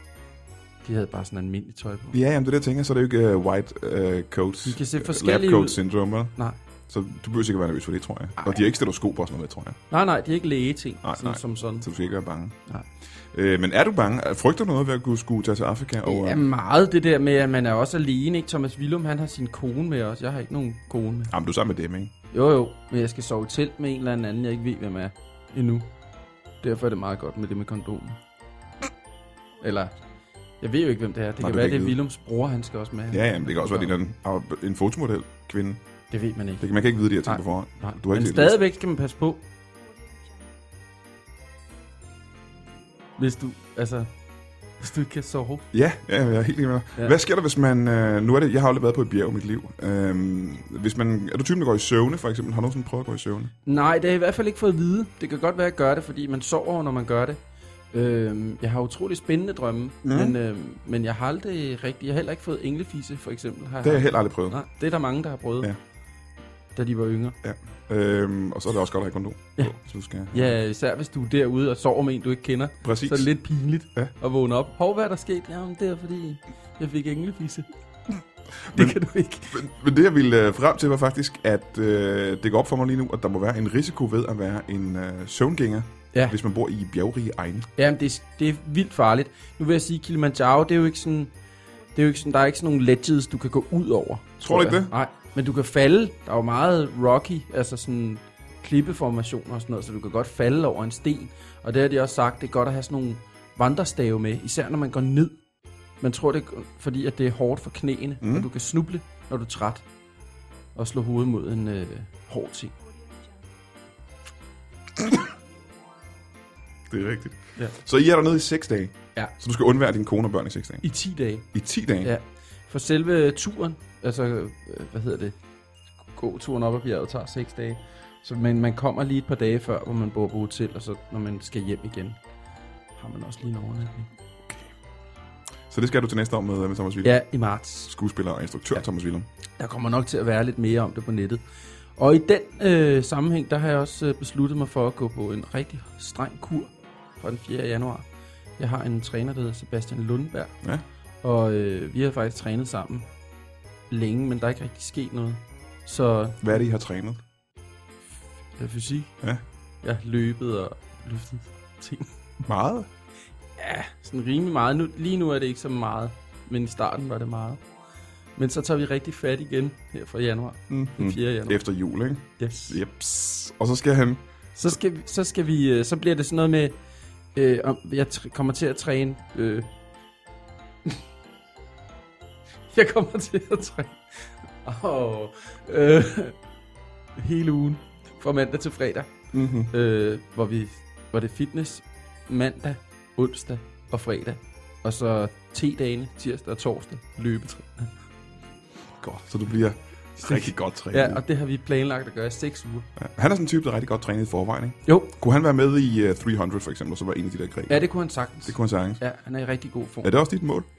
bare sådan en almindelig tøj på. Ja, jamen det der tænker, så er det jo ikke white coat. De kan se forskellige lab coat ud. syndrome, vel? Nej. Så du behøver ikke være nervøs for det, tror jeg. Ej. Og de har ikke stetoskop og sådan noget, tror jeg. Nej, de er ikke lægeting. Nej. Som sådan. Så du skal ikke være bange. Nej. Men er du bange? Frygter du noget ved at kunne skulle tage til Afrika? Det er meget det der med, at man er også alene, ikke? Thomas Willum, han har sin kone med os. Jeg har ikke nogen kone med. Jamen, du er sammen med dem, ikke? Jo, men jeg skal sove i telt med en eller anden, jeg ikke ved, hvem er endnu. Derfor er det meget godt med det med kondomen. Eller, jeg ved jo ikke, hvem det er. Det kan være, det er Willums bror, han skal også med. Ja, men det kan også være, en fotomodel kvinde. Det ved man ikke. Man kan ikke vide de her ting på forhånd. Nej. Du har ikke men stadigvæk skal man passe på. Hvis du ikke kan sove. Ja, jeg er helt enig med dig. Ja. Hvad sker der, hvis man... jeg har aldrig været på et bjerg i mit liv. Er du typen, der går i søvne, for eksempel? Har du nogensinde prøvet at gå i søvne? Nej, det har jeg i hvert fald ikke fået at vide. Det kan godt være, at jeg gør det, fordi man sover, når man gør det. Jeg har utrolig spændende drømme, men jeg har aldrig rigtig... Jeg har heller ikke fået englefisse, for eksempel. Det har jeg heller aldrig prøvet. Nej, det er der mange, der har prøvet, da de var yngre. Ja. Og så er det også godt at have kondom. Ja. Så du skal... Ja, især hvis du er derude og sover med en, du ikke kender. Præcis. Så er det lidt pinligt at vågne op. Hov, hvad er der sket? Jamen, det er fordi, jeg fik englefisse. Det kan du ikke. Men det, jeg ville frem til, var faktisk, at det går op for mig lige nu, at der må være en risiko ved at være en søvngænger, hvis man bor i bjergrige egne. Jamen, det er vildt farligt. Nu vil jeg sige, Kilimanjaro, det er jo ikke sådan, der er ikke sådan nogle ledges, du kan gå ud over. Tror du ikke det? Nej, men du kan falde. Der er jo meget rocky, altså sådan klippeformationer og sådan noget, så du kan godt falde over en sten. Og det har de også sagt, det er godt at have sådan nogle vandrestave med, især når man går ned. Man tror det, fordi at det er hårdt for knæene, og du kan snuble, når du er træt, og slå hovedet mod en hård ting. Det er rigtigt. Ja. Så I er dernede i 6 dage? Ja. Så du skal undvære dine kone og børn i 6 dage? I 10 dage. I 10 dage? Ja. For selve turen, altså, gåturen op ad bjerget tager 6 dage. Så, men man kommer lige et par dage før, hvor man bor på hotel, og så når man skal hjem igen, har man også lige en overnatning. Okay. Så det skal du til næste år med Thomas Willum? Ja, i marts. Skuespiller og instruktør Thomas Willum. Der kommer nok til at være lidt mere om det på nettet. Og i den sammenhæng, der har jeg også besluttet mig for at gå på en rigtig streng kur fra den 4. januar. Jeg har en træner, der hedder Sebastian Lundberg. Ja. Og vi har faktisk trænet sammen længe, men der er ikke rigtig sket noget. Så hvad er det, I har trænet? Fysik. Ja. Jeg har løbet og løftet ting. Meget? Ja, sådan rimelig meget. Lige nu er det ikke så meget, men i starten var det meget. Men så tager vi rigtig fat igen her fra januar. Den 4. januar. Efter jul, ikke? Yes. Jeps. Og så skal han... Så bliver det sådan noget med... jeg kommer til at træne... jeg kommer til at træne... hele ugen. Fra mandag til fredag. Mm-hmm. Hvor det er fitness mandag, onsdag og fredag. Og så T-dagene, tirsdag og torsdag, løbetræning. Godt, så du bliver rigtig godt trænet. Ja, og det har vi planlagt at gøre i 6 uger. Ja. Han er sådan en type, der er rigtig godt trænet i forvejen, ikke? Jo. Kunne han være med i 300 for eksempel, så var en af de der greb? Ja, det kunne han sagtens. Det kunne han sagtens. Ja, han er i rigtig god form. Er det også dit mål?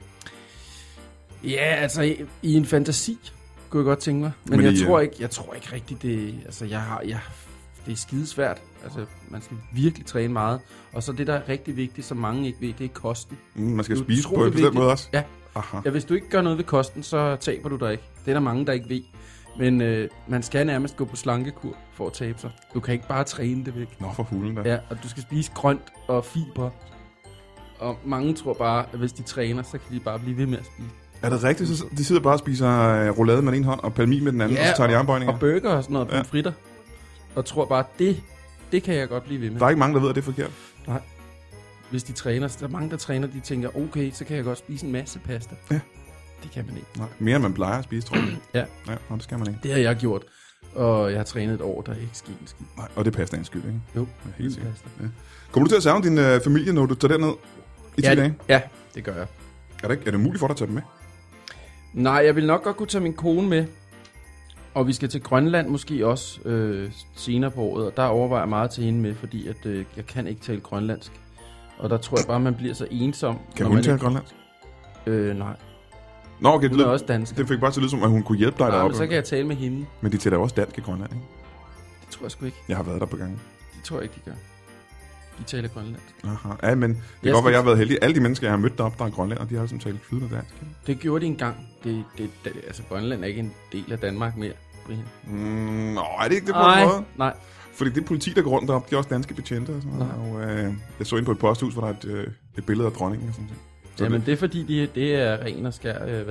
Ja, altså i en fantasi kunne jeg godt tænke mig. Men jeg tror ikke rigtigt det... Altså, det er skidesvært. Altså, man skal virkelig træne meget. Og så det, der er rigtig vigtigt, som mange ikke ved, det er kosten. Man skal spise på en bestemt måde også? Ja. Aha. Ja, hvis du ikke gør noget ved kosten, så taber du dig ikke. Det er der mange, der ikke ved. Men man skal nærmest gå på slankekur for at tabe sig. Du kan ikke bare træne det væk. Nå, for hulen da. Ja, og du skal spise grønt og fiber. Og mange tror bare, at hvis de træner, så kan de bare blive ved med at spise. Er det rigtigt? Så de sidder bare og spiser roulade med den ene hånd og palmi med den anden, og så tager de armbøjninger? Og burger og sådan noget, pommes fritter. Og tror bare, det kan jeg godt blive ved med. Der er ikke mange, der ved, at det er forkert. Nej. Hvis de træner, der er mange, der træner, de tænker, okay, så kan jeg godt spise en masse pasta. Ja. Det kan man ikke. Nej, mere end man plejer at spise, tror jeg. Ja. Ja, det skal man ikke. Det har jeg gjort. Og jeg har trænet et år, der er ikke sket en skid. Nej, og det passer en skyld, ikke? Jo, ja, helt sikkert. Ja. Kommer du til at savne din familie, når du tager derned i 10 dage? Ja, det gør jeg. Er det muligt for dig at tage dem med? Nej, jeg vil nok godt kunne tage min kone med. Og vi skal til Grønland måske også senere på året. Og der overvejer jeg meget til hende med, fordi at, jeg kan ikke tale grønlandsk. Og der tror jeg bare, man bliver så ensom. Kan hun tale grønlandsk? Nej. Nå, okay, hun er også dansk. Det fik bare til at lyde som, at hun kunne hjælpe dig deroppe. Men så kan jeg tale med hende. Men de taler jo også dansk i Grønland, ikke? Det tror jeg sgu ikke. Jeg har været der på gangen. Det tror jeg ikke, de gør. De taler grønlandsk. Aha. Ja, men det kan godt være, jeg har været heldig. Alle de mennesker, jeg har mødt deroppe, der er grønlænder, de har altså talt flydende dansk. Det gjorde de engang. Altså, Grønland er ikke en del af Danmark mere, Brian. Er det ikke det på en måde? Nej. Fordi det politi, der går rundt deroppe, de er også danske betjente og sådan noget. Og jeg så ind på et posthus, hvor der er et billede af dronningen og sådan noget. Så jamen, det er fordi, det er ren og skær,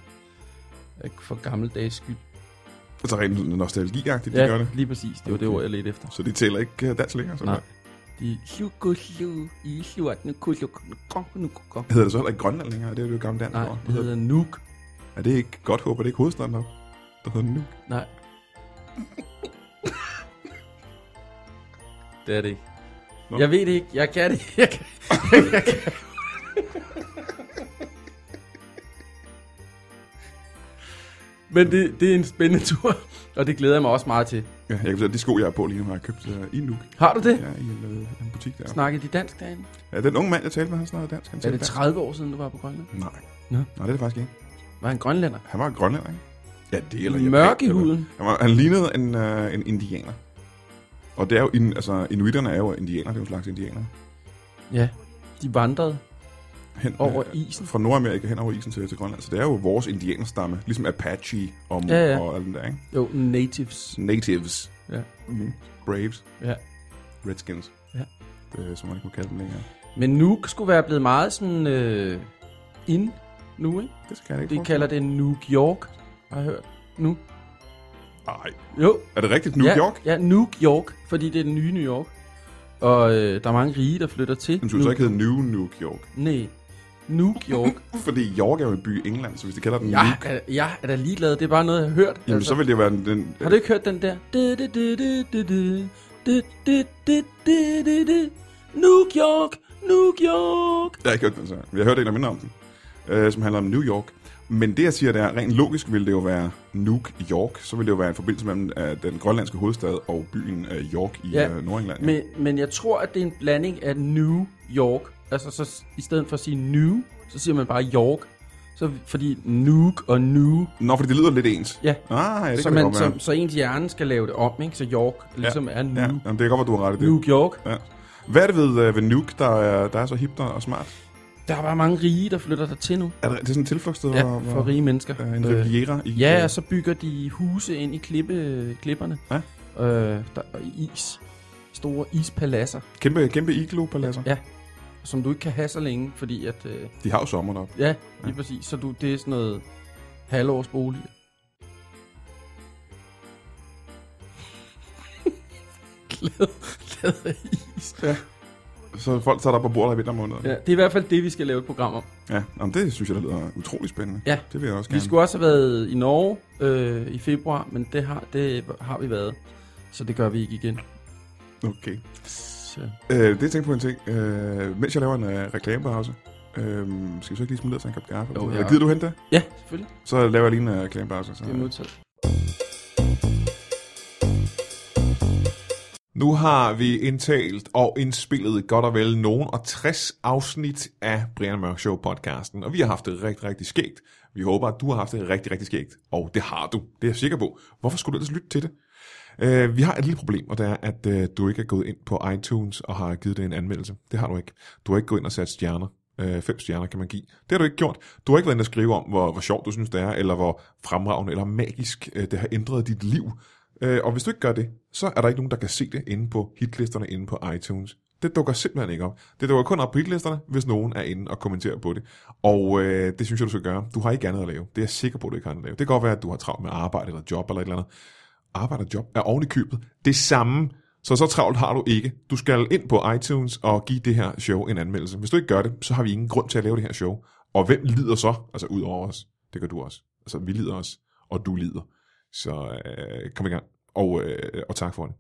for gammeldags skyld. Altså rent nostalgiagtigt, de gør det? Lige præcis. Det var det ord, jeg ledte efter. Så de taler ikke dansk længere? Nej. Hedder det så heller ikke Grønland længere? Det er jo gammelt dansk ord. Nej, det hedder Nuuk. Er det ikke godt håb? Er det ikke hovedstaden deroppe? Der hedder Nuuk? Nej. Det er det ikke. Nå. Jeg ved det ikke. Jeg kan det. Jeg kan. Men det er en spændende tur, og det glæder jeg mig også meget til. Ja, jeg kan fortælle, de sko, jeg har på lige nu, har jeg købt i Nuuk. Har du det? Ja, i en butik der. Snakker de dansk derinde? Ja, den unge mand, jeg talte med, han snakkede dansk. Er det 30 år siden, du var på Grønland? Nej. Nå. Nej, det er det faktisk ikke. Var han grønlænder? Han var grønlænder, ikke? Ja, det eller mørk i huden? Han lignede en indianer. Og det er jo, inuiterne er jo indianer, det er jo en slags indianer. Ja, de vandrede hen over isen. Fra Nordamerika hen over isen til Grønland. Så det er jo vores indianerstamme, ligesom Apache og alt den der, ikke? Jo, natives. Natives. Ja. Mm-hmm. Braves. Ja. Redskins. Ja. Det er, som man ikke må kalde dem længere. Men Nuuk skulle være blevet meget sådan in nu, ikke? Det kan jeg ikke. De kalder det Nuuk York, har jeg hørt. Nu. Nej. Jo. Er det rigtigt? New York? Ja, Nuuk York, fordi det er den nye New York. Og der er mange rige, der flytter til. Men du så ikke hedder New York? Nej. Nuuk York. Fordi York er jo en by i England, så hvis de kalder den Nuuk... Jeg er da ligeglad, det er bare noget, jeg har hørt. Jamen, så vil det jo være den... Har du ikke hørt den der? Nuuk York, Nuuk York. Jeg har ikke hørt den så. Jeg har hørt en af mine om den, som handler om New York. Men det, jeg siger, det er, rent logisk ville det jo være Nuuk York. Så ville det jo være en forbindelse mellem den grønlandske hovedstad og byen York i Nordengland. Ja. Men jeg tror, at det er en blanding af New York, Altså, så i stedet for at sige New, så siger man bare York. Så fordi Nuke og New. Nå, fordi det lyder lidt ens. Ja. Ja, det så, kan det godt være. så ens hjerne skal lave det om, ikke? Så York ligesom er New. Ja, jamen, det er godt, at du har ret i det. New York. Ja. Hvad er det ved Nuke, der er så hip og smart? Der er bare mange rige, der flytter der til nu. Er det sådan en tilflugtssted? Ja, for rige mennesker. En riviera i... Ja, og så bygger de huse ind i klipperne. Ja. Der er is. Store ispaladser. Kæmpe iglo-paladser? Ja, som du ikke kan have så længe, fordi at... De har jo sommer deroppe. Ja, lige præcis. Så det er sådan noget halvårsbolig. Glæde af is. Ja. Så folk tager der på bordet i vintermåneden. Ja, det er i hvert fald det, vi skal lave et program om. Ja, jamen det synes jeg, der lyder utrolig spændende. Ja. Det vil jeg også gerne. Vi skulle også have været i Norge i februar, men det har vi været. Så det gør vi ikke igen. Okay. Så. Det tænker på en ting. Mens jeg laver en reklamepause, skal vi så ikke lige smide ned til en kop kaffe? Jo, ja. Gider du hente det? Ja, selvfølgelig. Så laver jeg lige en reklamepause. Så. Det er modtaget. Nu har vi indtalt og indspillet godt og vel nogen og 60 afsnit af Brian Mørk Show podcasten, og vi har haft det rigtig, rigtig skægt. Vi håber, at du har haft det rigtig, rigtig skægt, og det har du. Det er jeg sikker på. Hvorfor skulle du ellers lytte til det? Vi har et lille problem, og det er, at du ikke er gået ind på iTunes og har givet det en anmeldelse. Det har du ikke. Du har ikke gået ind og sat stjerner. 5 stjerner kan man give. Det har du ikke gjort. Du har ikke været inde og skrive om, hvor sjovt du synes det er, eller hvor fremragende eller magisk det har ændret dit liv. Og hvis du ikke gør det, så er der ikke nogen, der kan se det inde på hitlisterne inde på iTunes. Det dukker simpelthen ikke op. Det dukker kun op på hitlisterne, hvis nogen er inde og kommenterer på det. Og det synes jeg, du skal gøre. Du har ikke andet at lave. Det er jeg sikker på, at du ikke har andet at lave. Det kan godt være, at du har travlt med arbejde eller job eller et eller andet. Arbejde og job er oven i købet det samme. Så travlt har du ikke. Du skal ind på iTunes og give det her show en anmeldelse. Hvis du ikke gør det, så har vi ingen grund til at lave det her show. Og hvem lider så? Altså ud over os. Det gør du også. Altså vi lider også, og du lider. Så kom i gang. Og tak for det.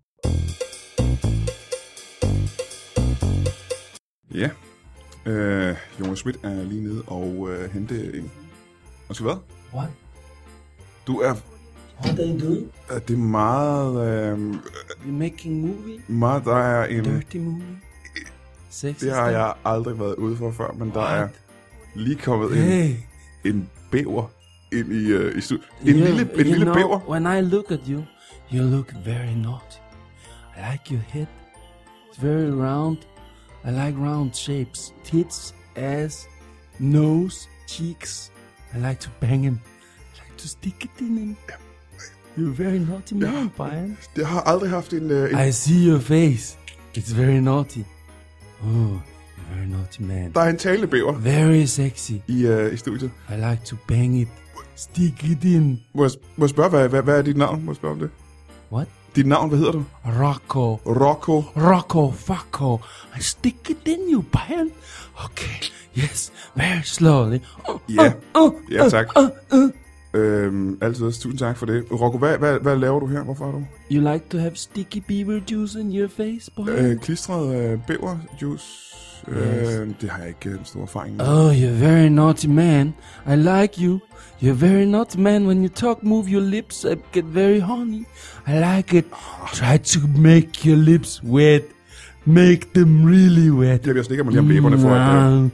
Ja. Jonas Schmidt er lige nede og hente en... Og skal hvad? What? Du er... What are you doing? Det er meget... We're making movie. Meget, der er en... Dirty movie. Sexy Det har jeg aldrig været ude for før, men der er lige kommet en bæver ind i studiet. En lille bæver. When I look at you, you look very naughty. I like your head. It's very round. I like round shapes. Tits, ass, nose, cheeks. I like to bang him. I like to stick it in him. You're a very naughty man, Brian. Jeg har aldrig haft en... I see your face. It's very naughty. Oh, you're a very naughty man. Der er en talebæver Very sexy. i studiet. I like to bang it. Stick it in. Må jeg spørge, hvad er dit navn? Må jeg spørge om det? What? Dit navn, hvad hedder du? Rocco, fucko. I stick it in you, Brian. Okay, yes, very slowly. Ja, tak. Altid. Tusind tak for det. Rocco, hvad laver du her? Hvorfor er du? You like to have sticky beaver juice in your face, boy? Klistret bæverjuice. Yes. Det har jeg ikke en stor erfaring med. Oh, you're a very naughty man. I like you. You're a very naughty man. When you talk, move your lips. I get very horny. I like it. Try to make your lips wet. Make them really wet. Jeg vil stikke mig lige om læberne for at...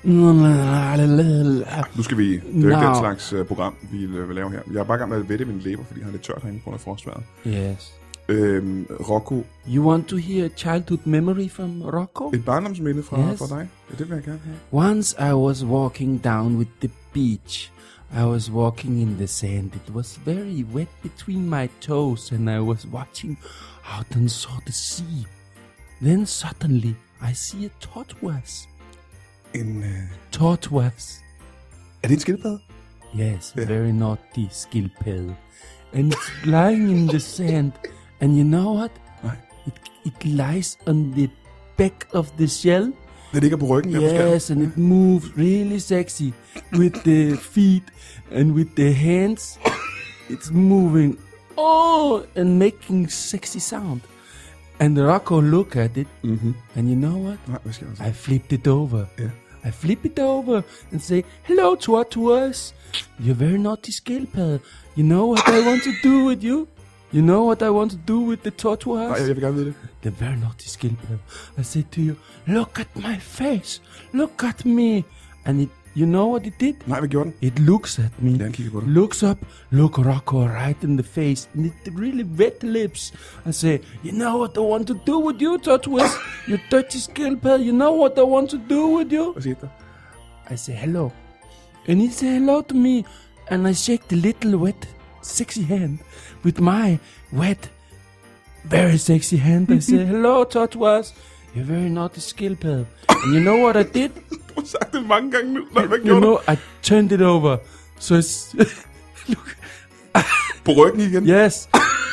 Nu skal vi... Det er jo ikke den slags program, vi vil lave her. Jeg er bare i gang med at vette mine læber, fordi jeg har lidt tørt herinde på grund af frostværet. Yes. Rocco. You want to hear a childhood memory from Rocco? Et barndomsminde fra dig? Ja, det vil jeg gerne have. Once I was walking down with the beach. I was walking in the sand. It was very wet between my toes and I was watching out and saw the sea. Then suddenly I see a tortoise. Tortoise. Er det en skildpadde? Yes, very naughty skildpadde. And it's lying in the sand. And you know what? It lies on the back of the shell. Det ligger på ryggen. Yes, and it moves really sexy with the feet and with the hands. It's moving and making sexy sound. And Rocco look at it, and you know what? Nej, hvad skal jeg I flipped it over. Yeah. I flip it over and say, hello, tortoise. You're very naughty skildpadde. You know what I want to do with you? You know what I want to do with the tortoise? Nej, jeg vil gerne vide det. the very naughty skildpadde. I said to you, look at my face, look at me. And you know what it did? Nej, hvad gjorde den? It looks at me, han kigger på dig. looks up, look Rocco right in the face, and it really wet lips. I say, you know what I want to do with you, Tortoise? You dirty skildpadde, you know what I want to do with you? Hvad siger du? I say, hello. And he say hello to me, and I shake the little wet, sexy hand with my wet, very sexy hand. I say, hello, Tortoise. You're very naughty skildpadde. And you know what I did? Du har sagt det mange gange nu. Nej, hvad You gjorde know, I turned it over. So it's... Look. På ryggen igen? Yes.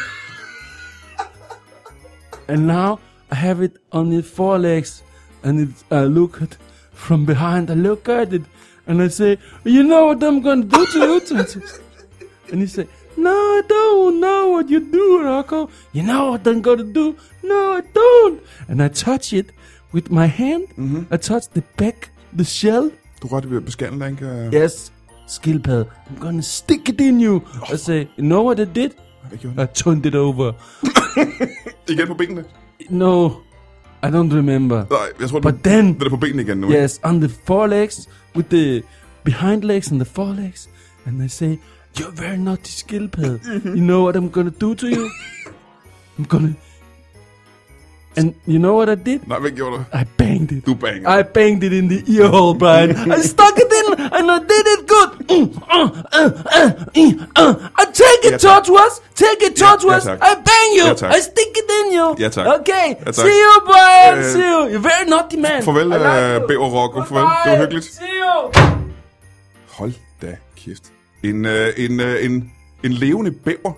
And now I have it on its forelegs. And I look at from behind. I look at it. And I say, you know what I'm going to do to you? And he say, no, I don't know what you do, Rocco. You know what I'm going to do? No, I don't. And I touch it with my hand. Mm-hmm. I touch the back, the shell. Du rørte ved beskallen, ikke? Yes, skildpadde. I'm gonna stick it in you. I say, you know what I did? I turned it over. Igen på benene? No, I don't remember. Nej, jeg tror, But then, den er på benene igen nu. Yes, on the forelegs, with the behind legs and the forelegs. And I say, you're very naughty skildpadde. You know what I'm gonna do to you? I'm gonna... And you know what I did? Nej, hvad gjorde du? I banged it. Du bangede. I banged it in the ear hole, Brian. I stuck it in and I did it good. I take it, Tortoise. Take it, Tortoise. Ja, I bang you. Ja, tak. I stick it in you. Ja, tak. Okay. Ja, tak. See you, Brian. See you. You're very naughty, man. Farvel, I like you. Bæver Rocco. Farvel. Det var hyggeligt. See you. Hold da kæft. En levende bæver.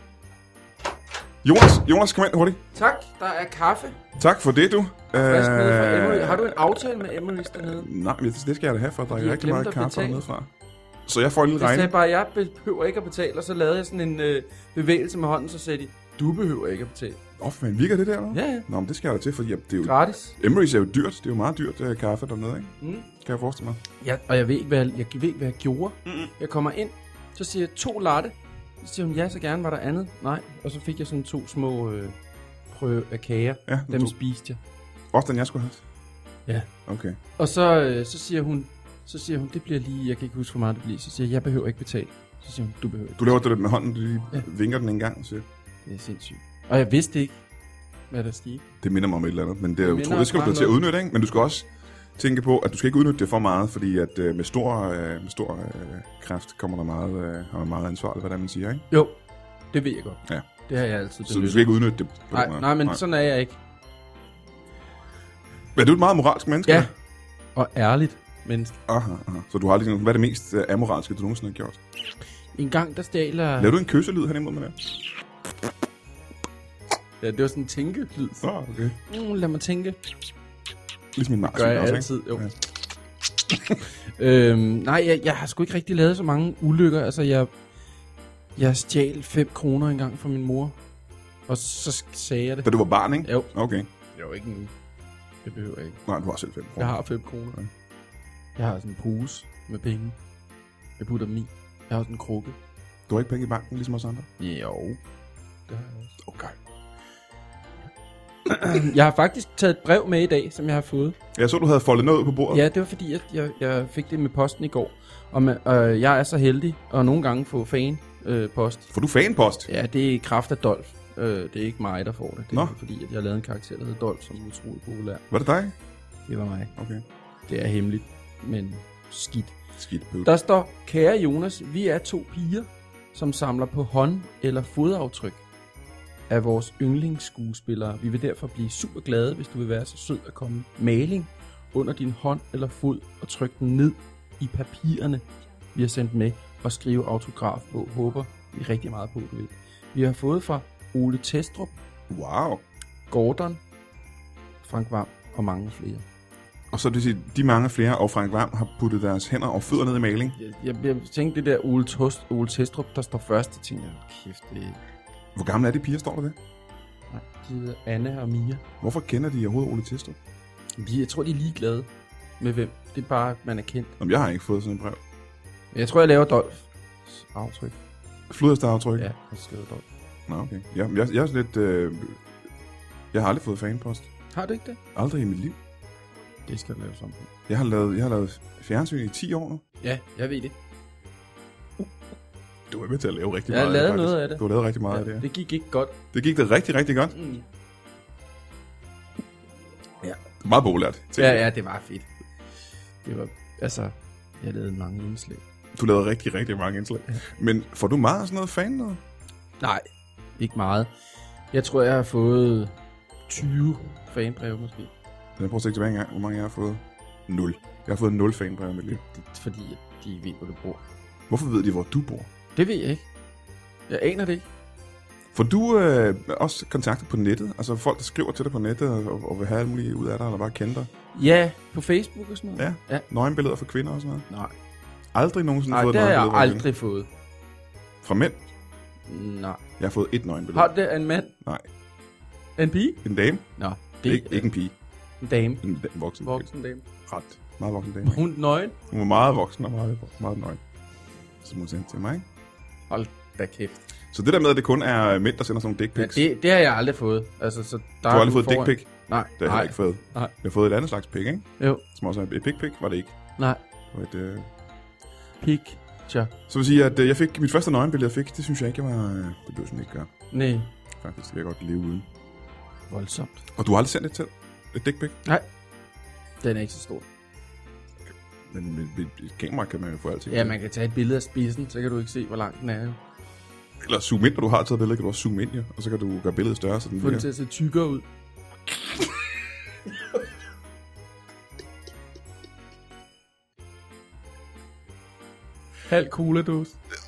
Jonas, kom ind hurtigt. Tak, der er kaffe. Tak for det, du. Frisk nede fra Emery. Har du en aftale med Emerys dernede? Nej, men det skal jeg da have for at drikke Jeg rigtig meget glemte at kaffe betale. dernede fra. Så jeg får en lille Jeg sagde regning. bare, jeg behøver ikke at betale, og så lavede jeg sådan en bevægelse med hånden, så sagde de, du behøver ikke at betale. Men virker det der, eller? Ja, ja. Nå, men det skal jeg da til, fordi det er jo... Gratis. Emery's er jo dyrt. Det er jo meget dyrt kaffe dernede, ikke? Mm. Kan jeg forestille mig. Ja, og jeg ved ikke, hvad jeg gjorde. Jeg kommer ind, så siger jeg 2 latte. Så siger hun, ja, så gerne var der andet. Nej, og så fik jeg sådan 2 små prøve af kager. Ja, Dem spiste jeg. Også den, jeg skulle have. Ja. Okay. Og så siger hun, det bliver lige, jeg kan ikke huske, hvor meget det bliver. Så siger jeg behøver ikke betale. Så siger hun, du behøver ikke. Du laver det med hånden, du lige vinker den en gang, så... Det er sindssygt. Og jeg vidste ikke, hvad der skete. Det minder mig om et eller andet, men det er jo minder det skal du da til at noget. udnytte, ikke? Men du skal også tænke på, at du skal ikke udnytte det for meget, fordi at med stor kraft kommer der meget ansvar, eller hvad man siger, ikke? Jo, det ved jeg godt. Ja. Det har jeg altid benyttet. Så du skal ikke udnytte det på den måde. Nej, men sådan er jeg ikke. Men er du et meget moralsk menneske? Ja, og ærligt menneske. Aha. Så du har aldrig... Hvad er det mest amoralske, du nogensinde har gjort? En gang, der stjæler... Laver du en kysselyd hen imod med det? Ja, det var sådan en tænkelyd. Okay. Lad mig tænke. Ligesom en marsvin Gør jeg også, altid, ikke? jo. Ja. Nej, jeg har sgu ikke rigtig lavet så mange ulykker. Altså, jeg stjal 5 kroner engang fra min mor. Og så sagde jeg det. Da du var barn, ikke? Jo. Okay. Jo, ikke nu. Det behøver jeg ikke. Nej, du har selv 5 kroner. Jeg har 5 kroner. Okay. Jeg har sådan en pose med penge. Jeg putter dem i. Jeg har også en krukke. Du har ikke penge i banken, ligesom os andre? Jo. Det har jeg også. Okay. Jeg har faktisk taget et brev med i dag, som jeg har fået. Jeg så, du havde foldet noget ud på bordet. Ja, det var fordi, at jeg fik det med posten i går. Og jeg er så heldig at nogle gange få fan-post. Får du fanpost? Ja, det er i kraft af Dolf. Det er ikke mig, der får det. Det er Nå. fordi, at jeg har lavet en karakter, der hedder Dolf, som er utrolig populær. Var det dig? Det var mig. Okay. Det er hemmeligt, men skidt. Skidt bød. Der står, kære Jonas, vi er 2 piger, som samler på hånd- eller fodaftryk af vores yndlingsskuespillere. Vi vil derfor blive super glade, hvis du vil være så sød at komme maling under din hånd eller fod og trykke den ned i papirerne, vi har sendt med, og skrive autograf på. Håber vi rigtig meget på, du vil. Vi har fået fra Ole Testrup, Wow. Gordon, Frank Hvam og mange flere. Og så det vil sige, de mange flere og Frank Hvam har puttet deres hænder og fødder ned i maling. Jeg tænkte det der Ole Testrup, der står først, jeg tænkte, kæft, det er... Hvor gamle er de piger, står der det? Nej, de hedder Anne og Mia. Hvorfor kender de overhovedet Ole Testrup? Jeg tror, de er ligeglade med hvem. Det er bare, man er kendt. Jamen, jeg har ikke fået sådan en brev. Jeg tror, jeg laver Dolf aftryk. Flodhestaftryk? Ja, jeg skriver Dolf. Nå, okay. Jeg er lidt Jeg har aldrig fået fanpost. Har du ikke det? Aldrig i mit liv. Det skal du lave sådan. Jeg har lavet fjernsyn i 10 år nu. Ja, jeg ved det. Du er med til at lave rigtig meget. Jeg har lavet faktisk. noget af det. Du har lavet rigtig meget af det. Det gik ikke godt. Det gik da rigtig, rigtig godt. Mm. Ja. Meget populært. Ja, det var fedt. Det var, altså, jeg lavede mange indslag. Du lavede rigtig, rigtig mange indslag. Ja. Men får du meget sådan noget fan noget? Nej, ikke meget. Jeg tror, jeg har fået 20 fanbreve måske. Jeg prøver at tænke tilbage en gang, hvor mange jeg har fået. 0. Jeg har fået 0 fanbreve i mit liv. Det er fordi, at de ved, hvor du bor. Hvorfor ved de, hvor du bor? Det ved jeg ikke. Jeg aner det ikke. Får du også kontakter på nettet? Altså folk, der skriver til dig på nettet og vil have alt muligt ud af dig, eller bare kende dig? Ja, på Facebook og sådan noget. Ja. Nøgenbilleder for kvinder og sådan noget? Nej. Aldrig nogensinde fået det har nøgenbilleder? jeg aldrig fået. Fra mænd? Nej. Jeg har fået 1 nøgenbillede. Har det af en mand? Nej. En pige? En dame? Nå. Ikke en pige. En dame? En voksen dame. Ret. Meget voksen dame. Hun nøgen? Hun var meget voksen og meget nøgen. Som hun sendte til mig, ikke? Hold da kæft. Så det der med, at det kun er mænd, der sender sådan nogle dick pics. Ja, det har jeg aldrig fået. Altså, så der du har aldrig fået dick pic? Nej. Det har jeg ikke fået. Nej. Jeg har fået et andet slags pic, ikke? Jo. Som også er et pic, var det ikke? Nej. Det var et... Picture. Så vil sige, at jeg fik mit første nøgenbillede, jeg fik, det synes jeg ikke, jeg var... Det blev sådan ikke gøre. Nej. Faktisk, det vil jeg godt leve uden. Voldsomt. Og du har aldrig sendt det til? Et dick pic? Nej. Den er ikke så stor. Men med et kamera kan man jo få alting. Ja, man kan tage et billede af spidsen, så kan du ikke se, hvor lang den er jo. Eller zoome ind, når du har taget billeder, kan du også zoome ind, ja. Og så kan du gøre billedet større, så den få den til at se tykkere ud. Halv cola-dåse.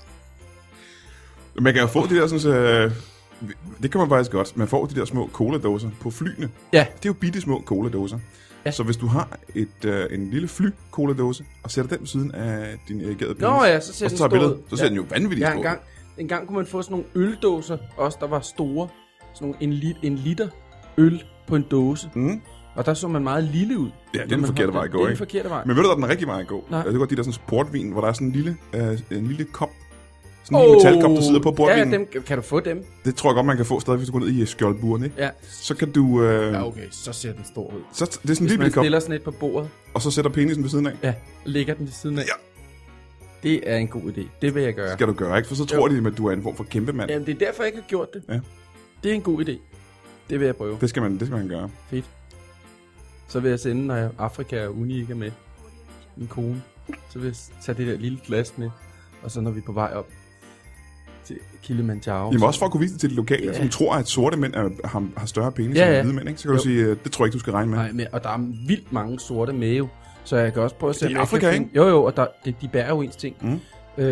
Man kan jo få de der sådan, det kan man faktisk godt. Man får de der små cola-dåser på flyene. Ja. Det er jo bitte små cola-dåser. Ja. Så hvis du har en lille fly-cola-dåse, og sætter den ved siden af din erigerede penis, så ser den stor ud. Så ser den jo vanvittigt stor ud. En gang kunne man få sådan nogle øldåser, også der var store. Sådan nogle en liter øl på en dåse. Mm. Og der så man meget lille ud. Ja, det er den forkerte vej at gå, ikke? Det er den forkerte vej. Men ved du, der er den rigtige vej at gå? Nej. Det er godt de der sådan portvin, hvor der er sådan en lille kop. Sådan en lille metalkop, der sidder på portvinen. Ja, dem, kan du få dem? Det tror jeg godt, man kan få stadig, hvis du går ned i skjoldburen, ikke? Ja. Så kan du... Ja, okay, så ser den stor ud. Så, det er sådan en lille kop. Hvis man stiller sådan et på bordet. Og så sætter penisen ved siden af. Ja, lægger den ved siden af. Ja. Det er en god idé. Det vil jeg gøre. Skal du gøre, ikke? For så tror de, at du er en form for kæmpe mand. Jamen, det er derfor, jeg ikke har gjort det. Ja. Det er en god idé. Det vil jeg prøve. Det skal man gøre. Fedt. Så vil jeg sende, når Afrika og Uni ikke er med. Min kone. Så vil jeg tage det der lille glas med. Og så når vi er på vej op til Kilimanjaro. Jamen også for at kunne vise det til de lokale, som tror, at sorte mænd har større penis end hvide mænd, ikke? Så kan du sige, det tror jeg ikke, du skal regne med. Nej, men, og der er vildt mange sorte med jo. Så jeg kan også prøve at se, om jeg kan finde... Jo, og de bærer jo ens ting. Mm.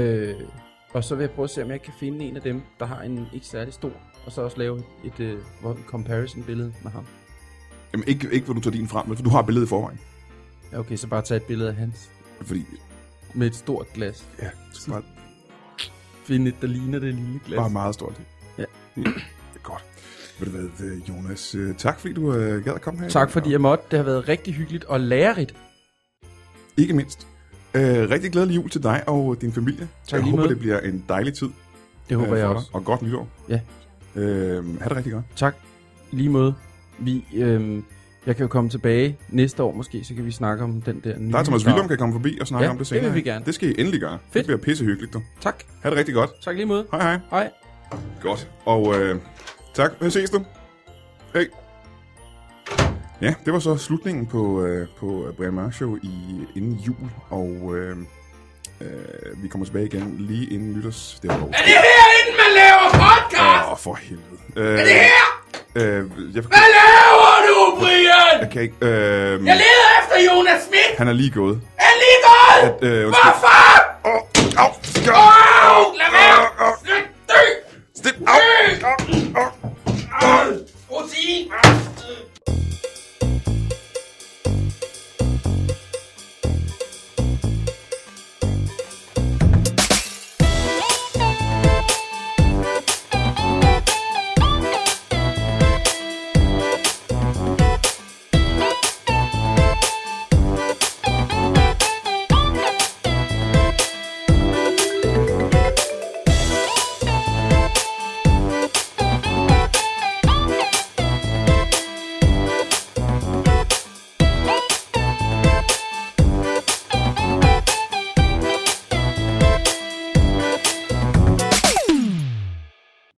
Og så vil jeg prøve at se, om jeg kan finde en af dem, der har en ikke særlig stor. Og så også lave et comparison-billede med ham. Jamen ikke hvor du tager din frem, for du har billedet i forvejen. Ja, okay, så bare tage et billede af hans. Fordi... Med et stort glas. Ja, så bare... Finde et, der ligner det lille glas. Bare meget stort. Ja. Det er godt. Ved du hvad, Jonas, tak fordi du gad at komme her. Tak fordi jeg måtte. Det har været rigtig hyggeligt og lærerigt. Ikke mindst. Rigtig glædelig jul til dig og din familie. Tak, jeg håber, det bliver en dejlig tid. Det håber jeg også. Og godt nytår. Ja. Ha' det rigtig godt. Tak. Lige måde. Jeg kan jo komme tilbage næste år måske, så kan vi snakke om den der nye... Der er Thomas Willum, kan komme forbi og snakke om det senere. Det vil vi gerne. Det skal I endelig gøre. Fedt. Det bliver pissehyggeligt, du. Tak. Ha' det rigtig godt. Tak lige måde. Hej hej. Hej. Godt. Og tak. Hvad ses du? Hej. Ja, det var så slutningen på Brian Mørk Show inden jul, og vi kommer tilbage igen lige inden nytårs. Det er det herinde, man laver podcast? For helvede. Er det her? Hvad laver du, Brian? Jeg kan ikke... jeg leder efter Jonas Schmidt. Han er lige gået. Er han lige gået? Hvorfor? Lad være! Slut! Dø! Stip! Rosin!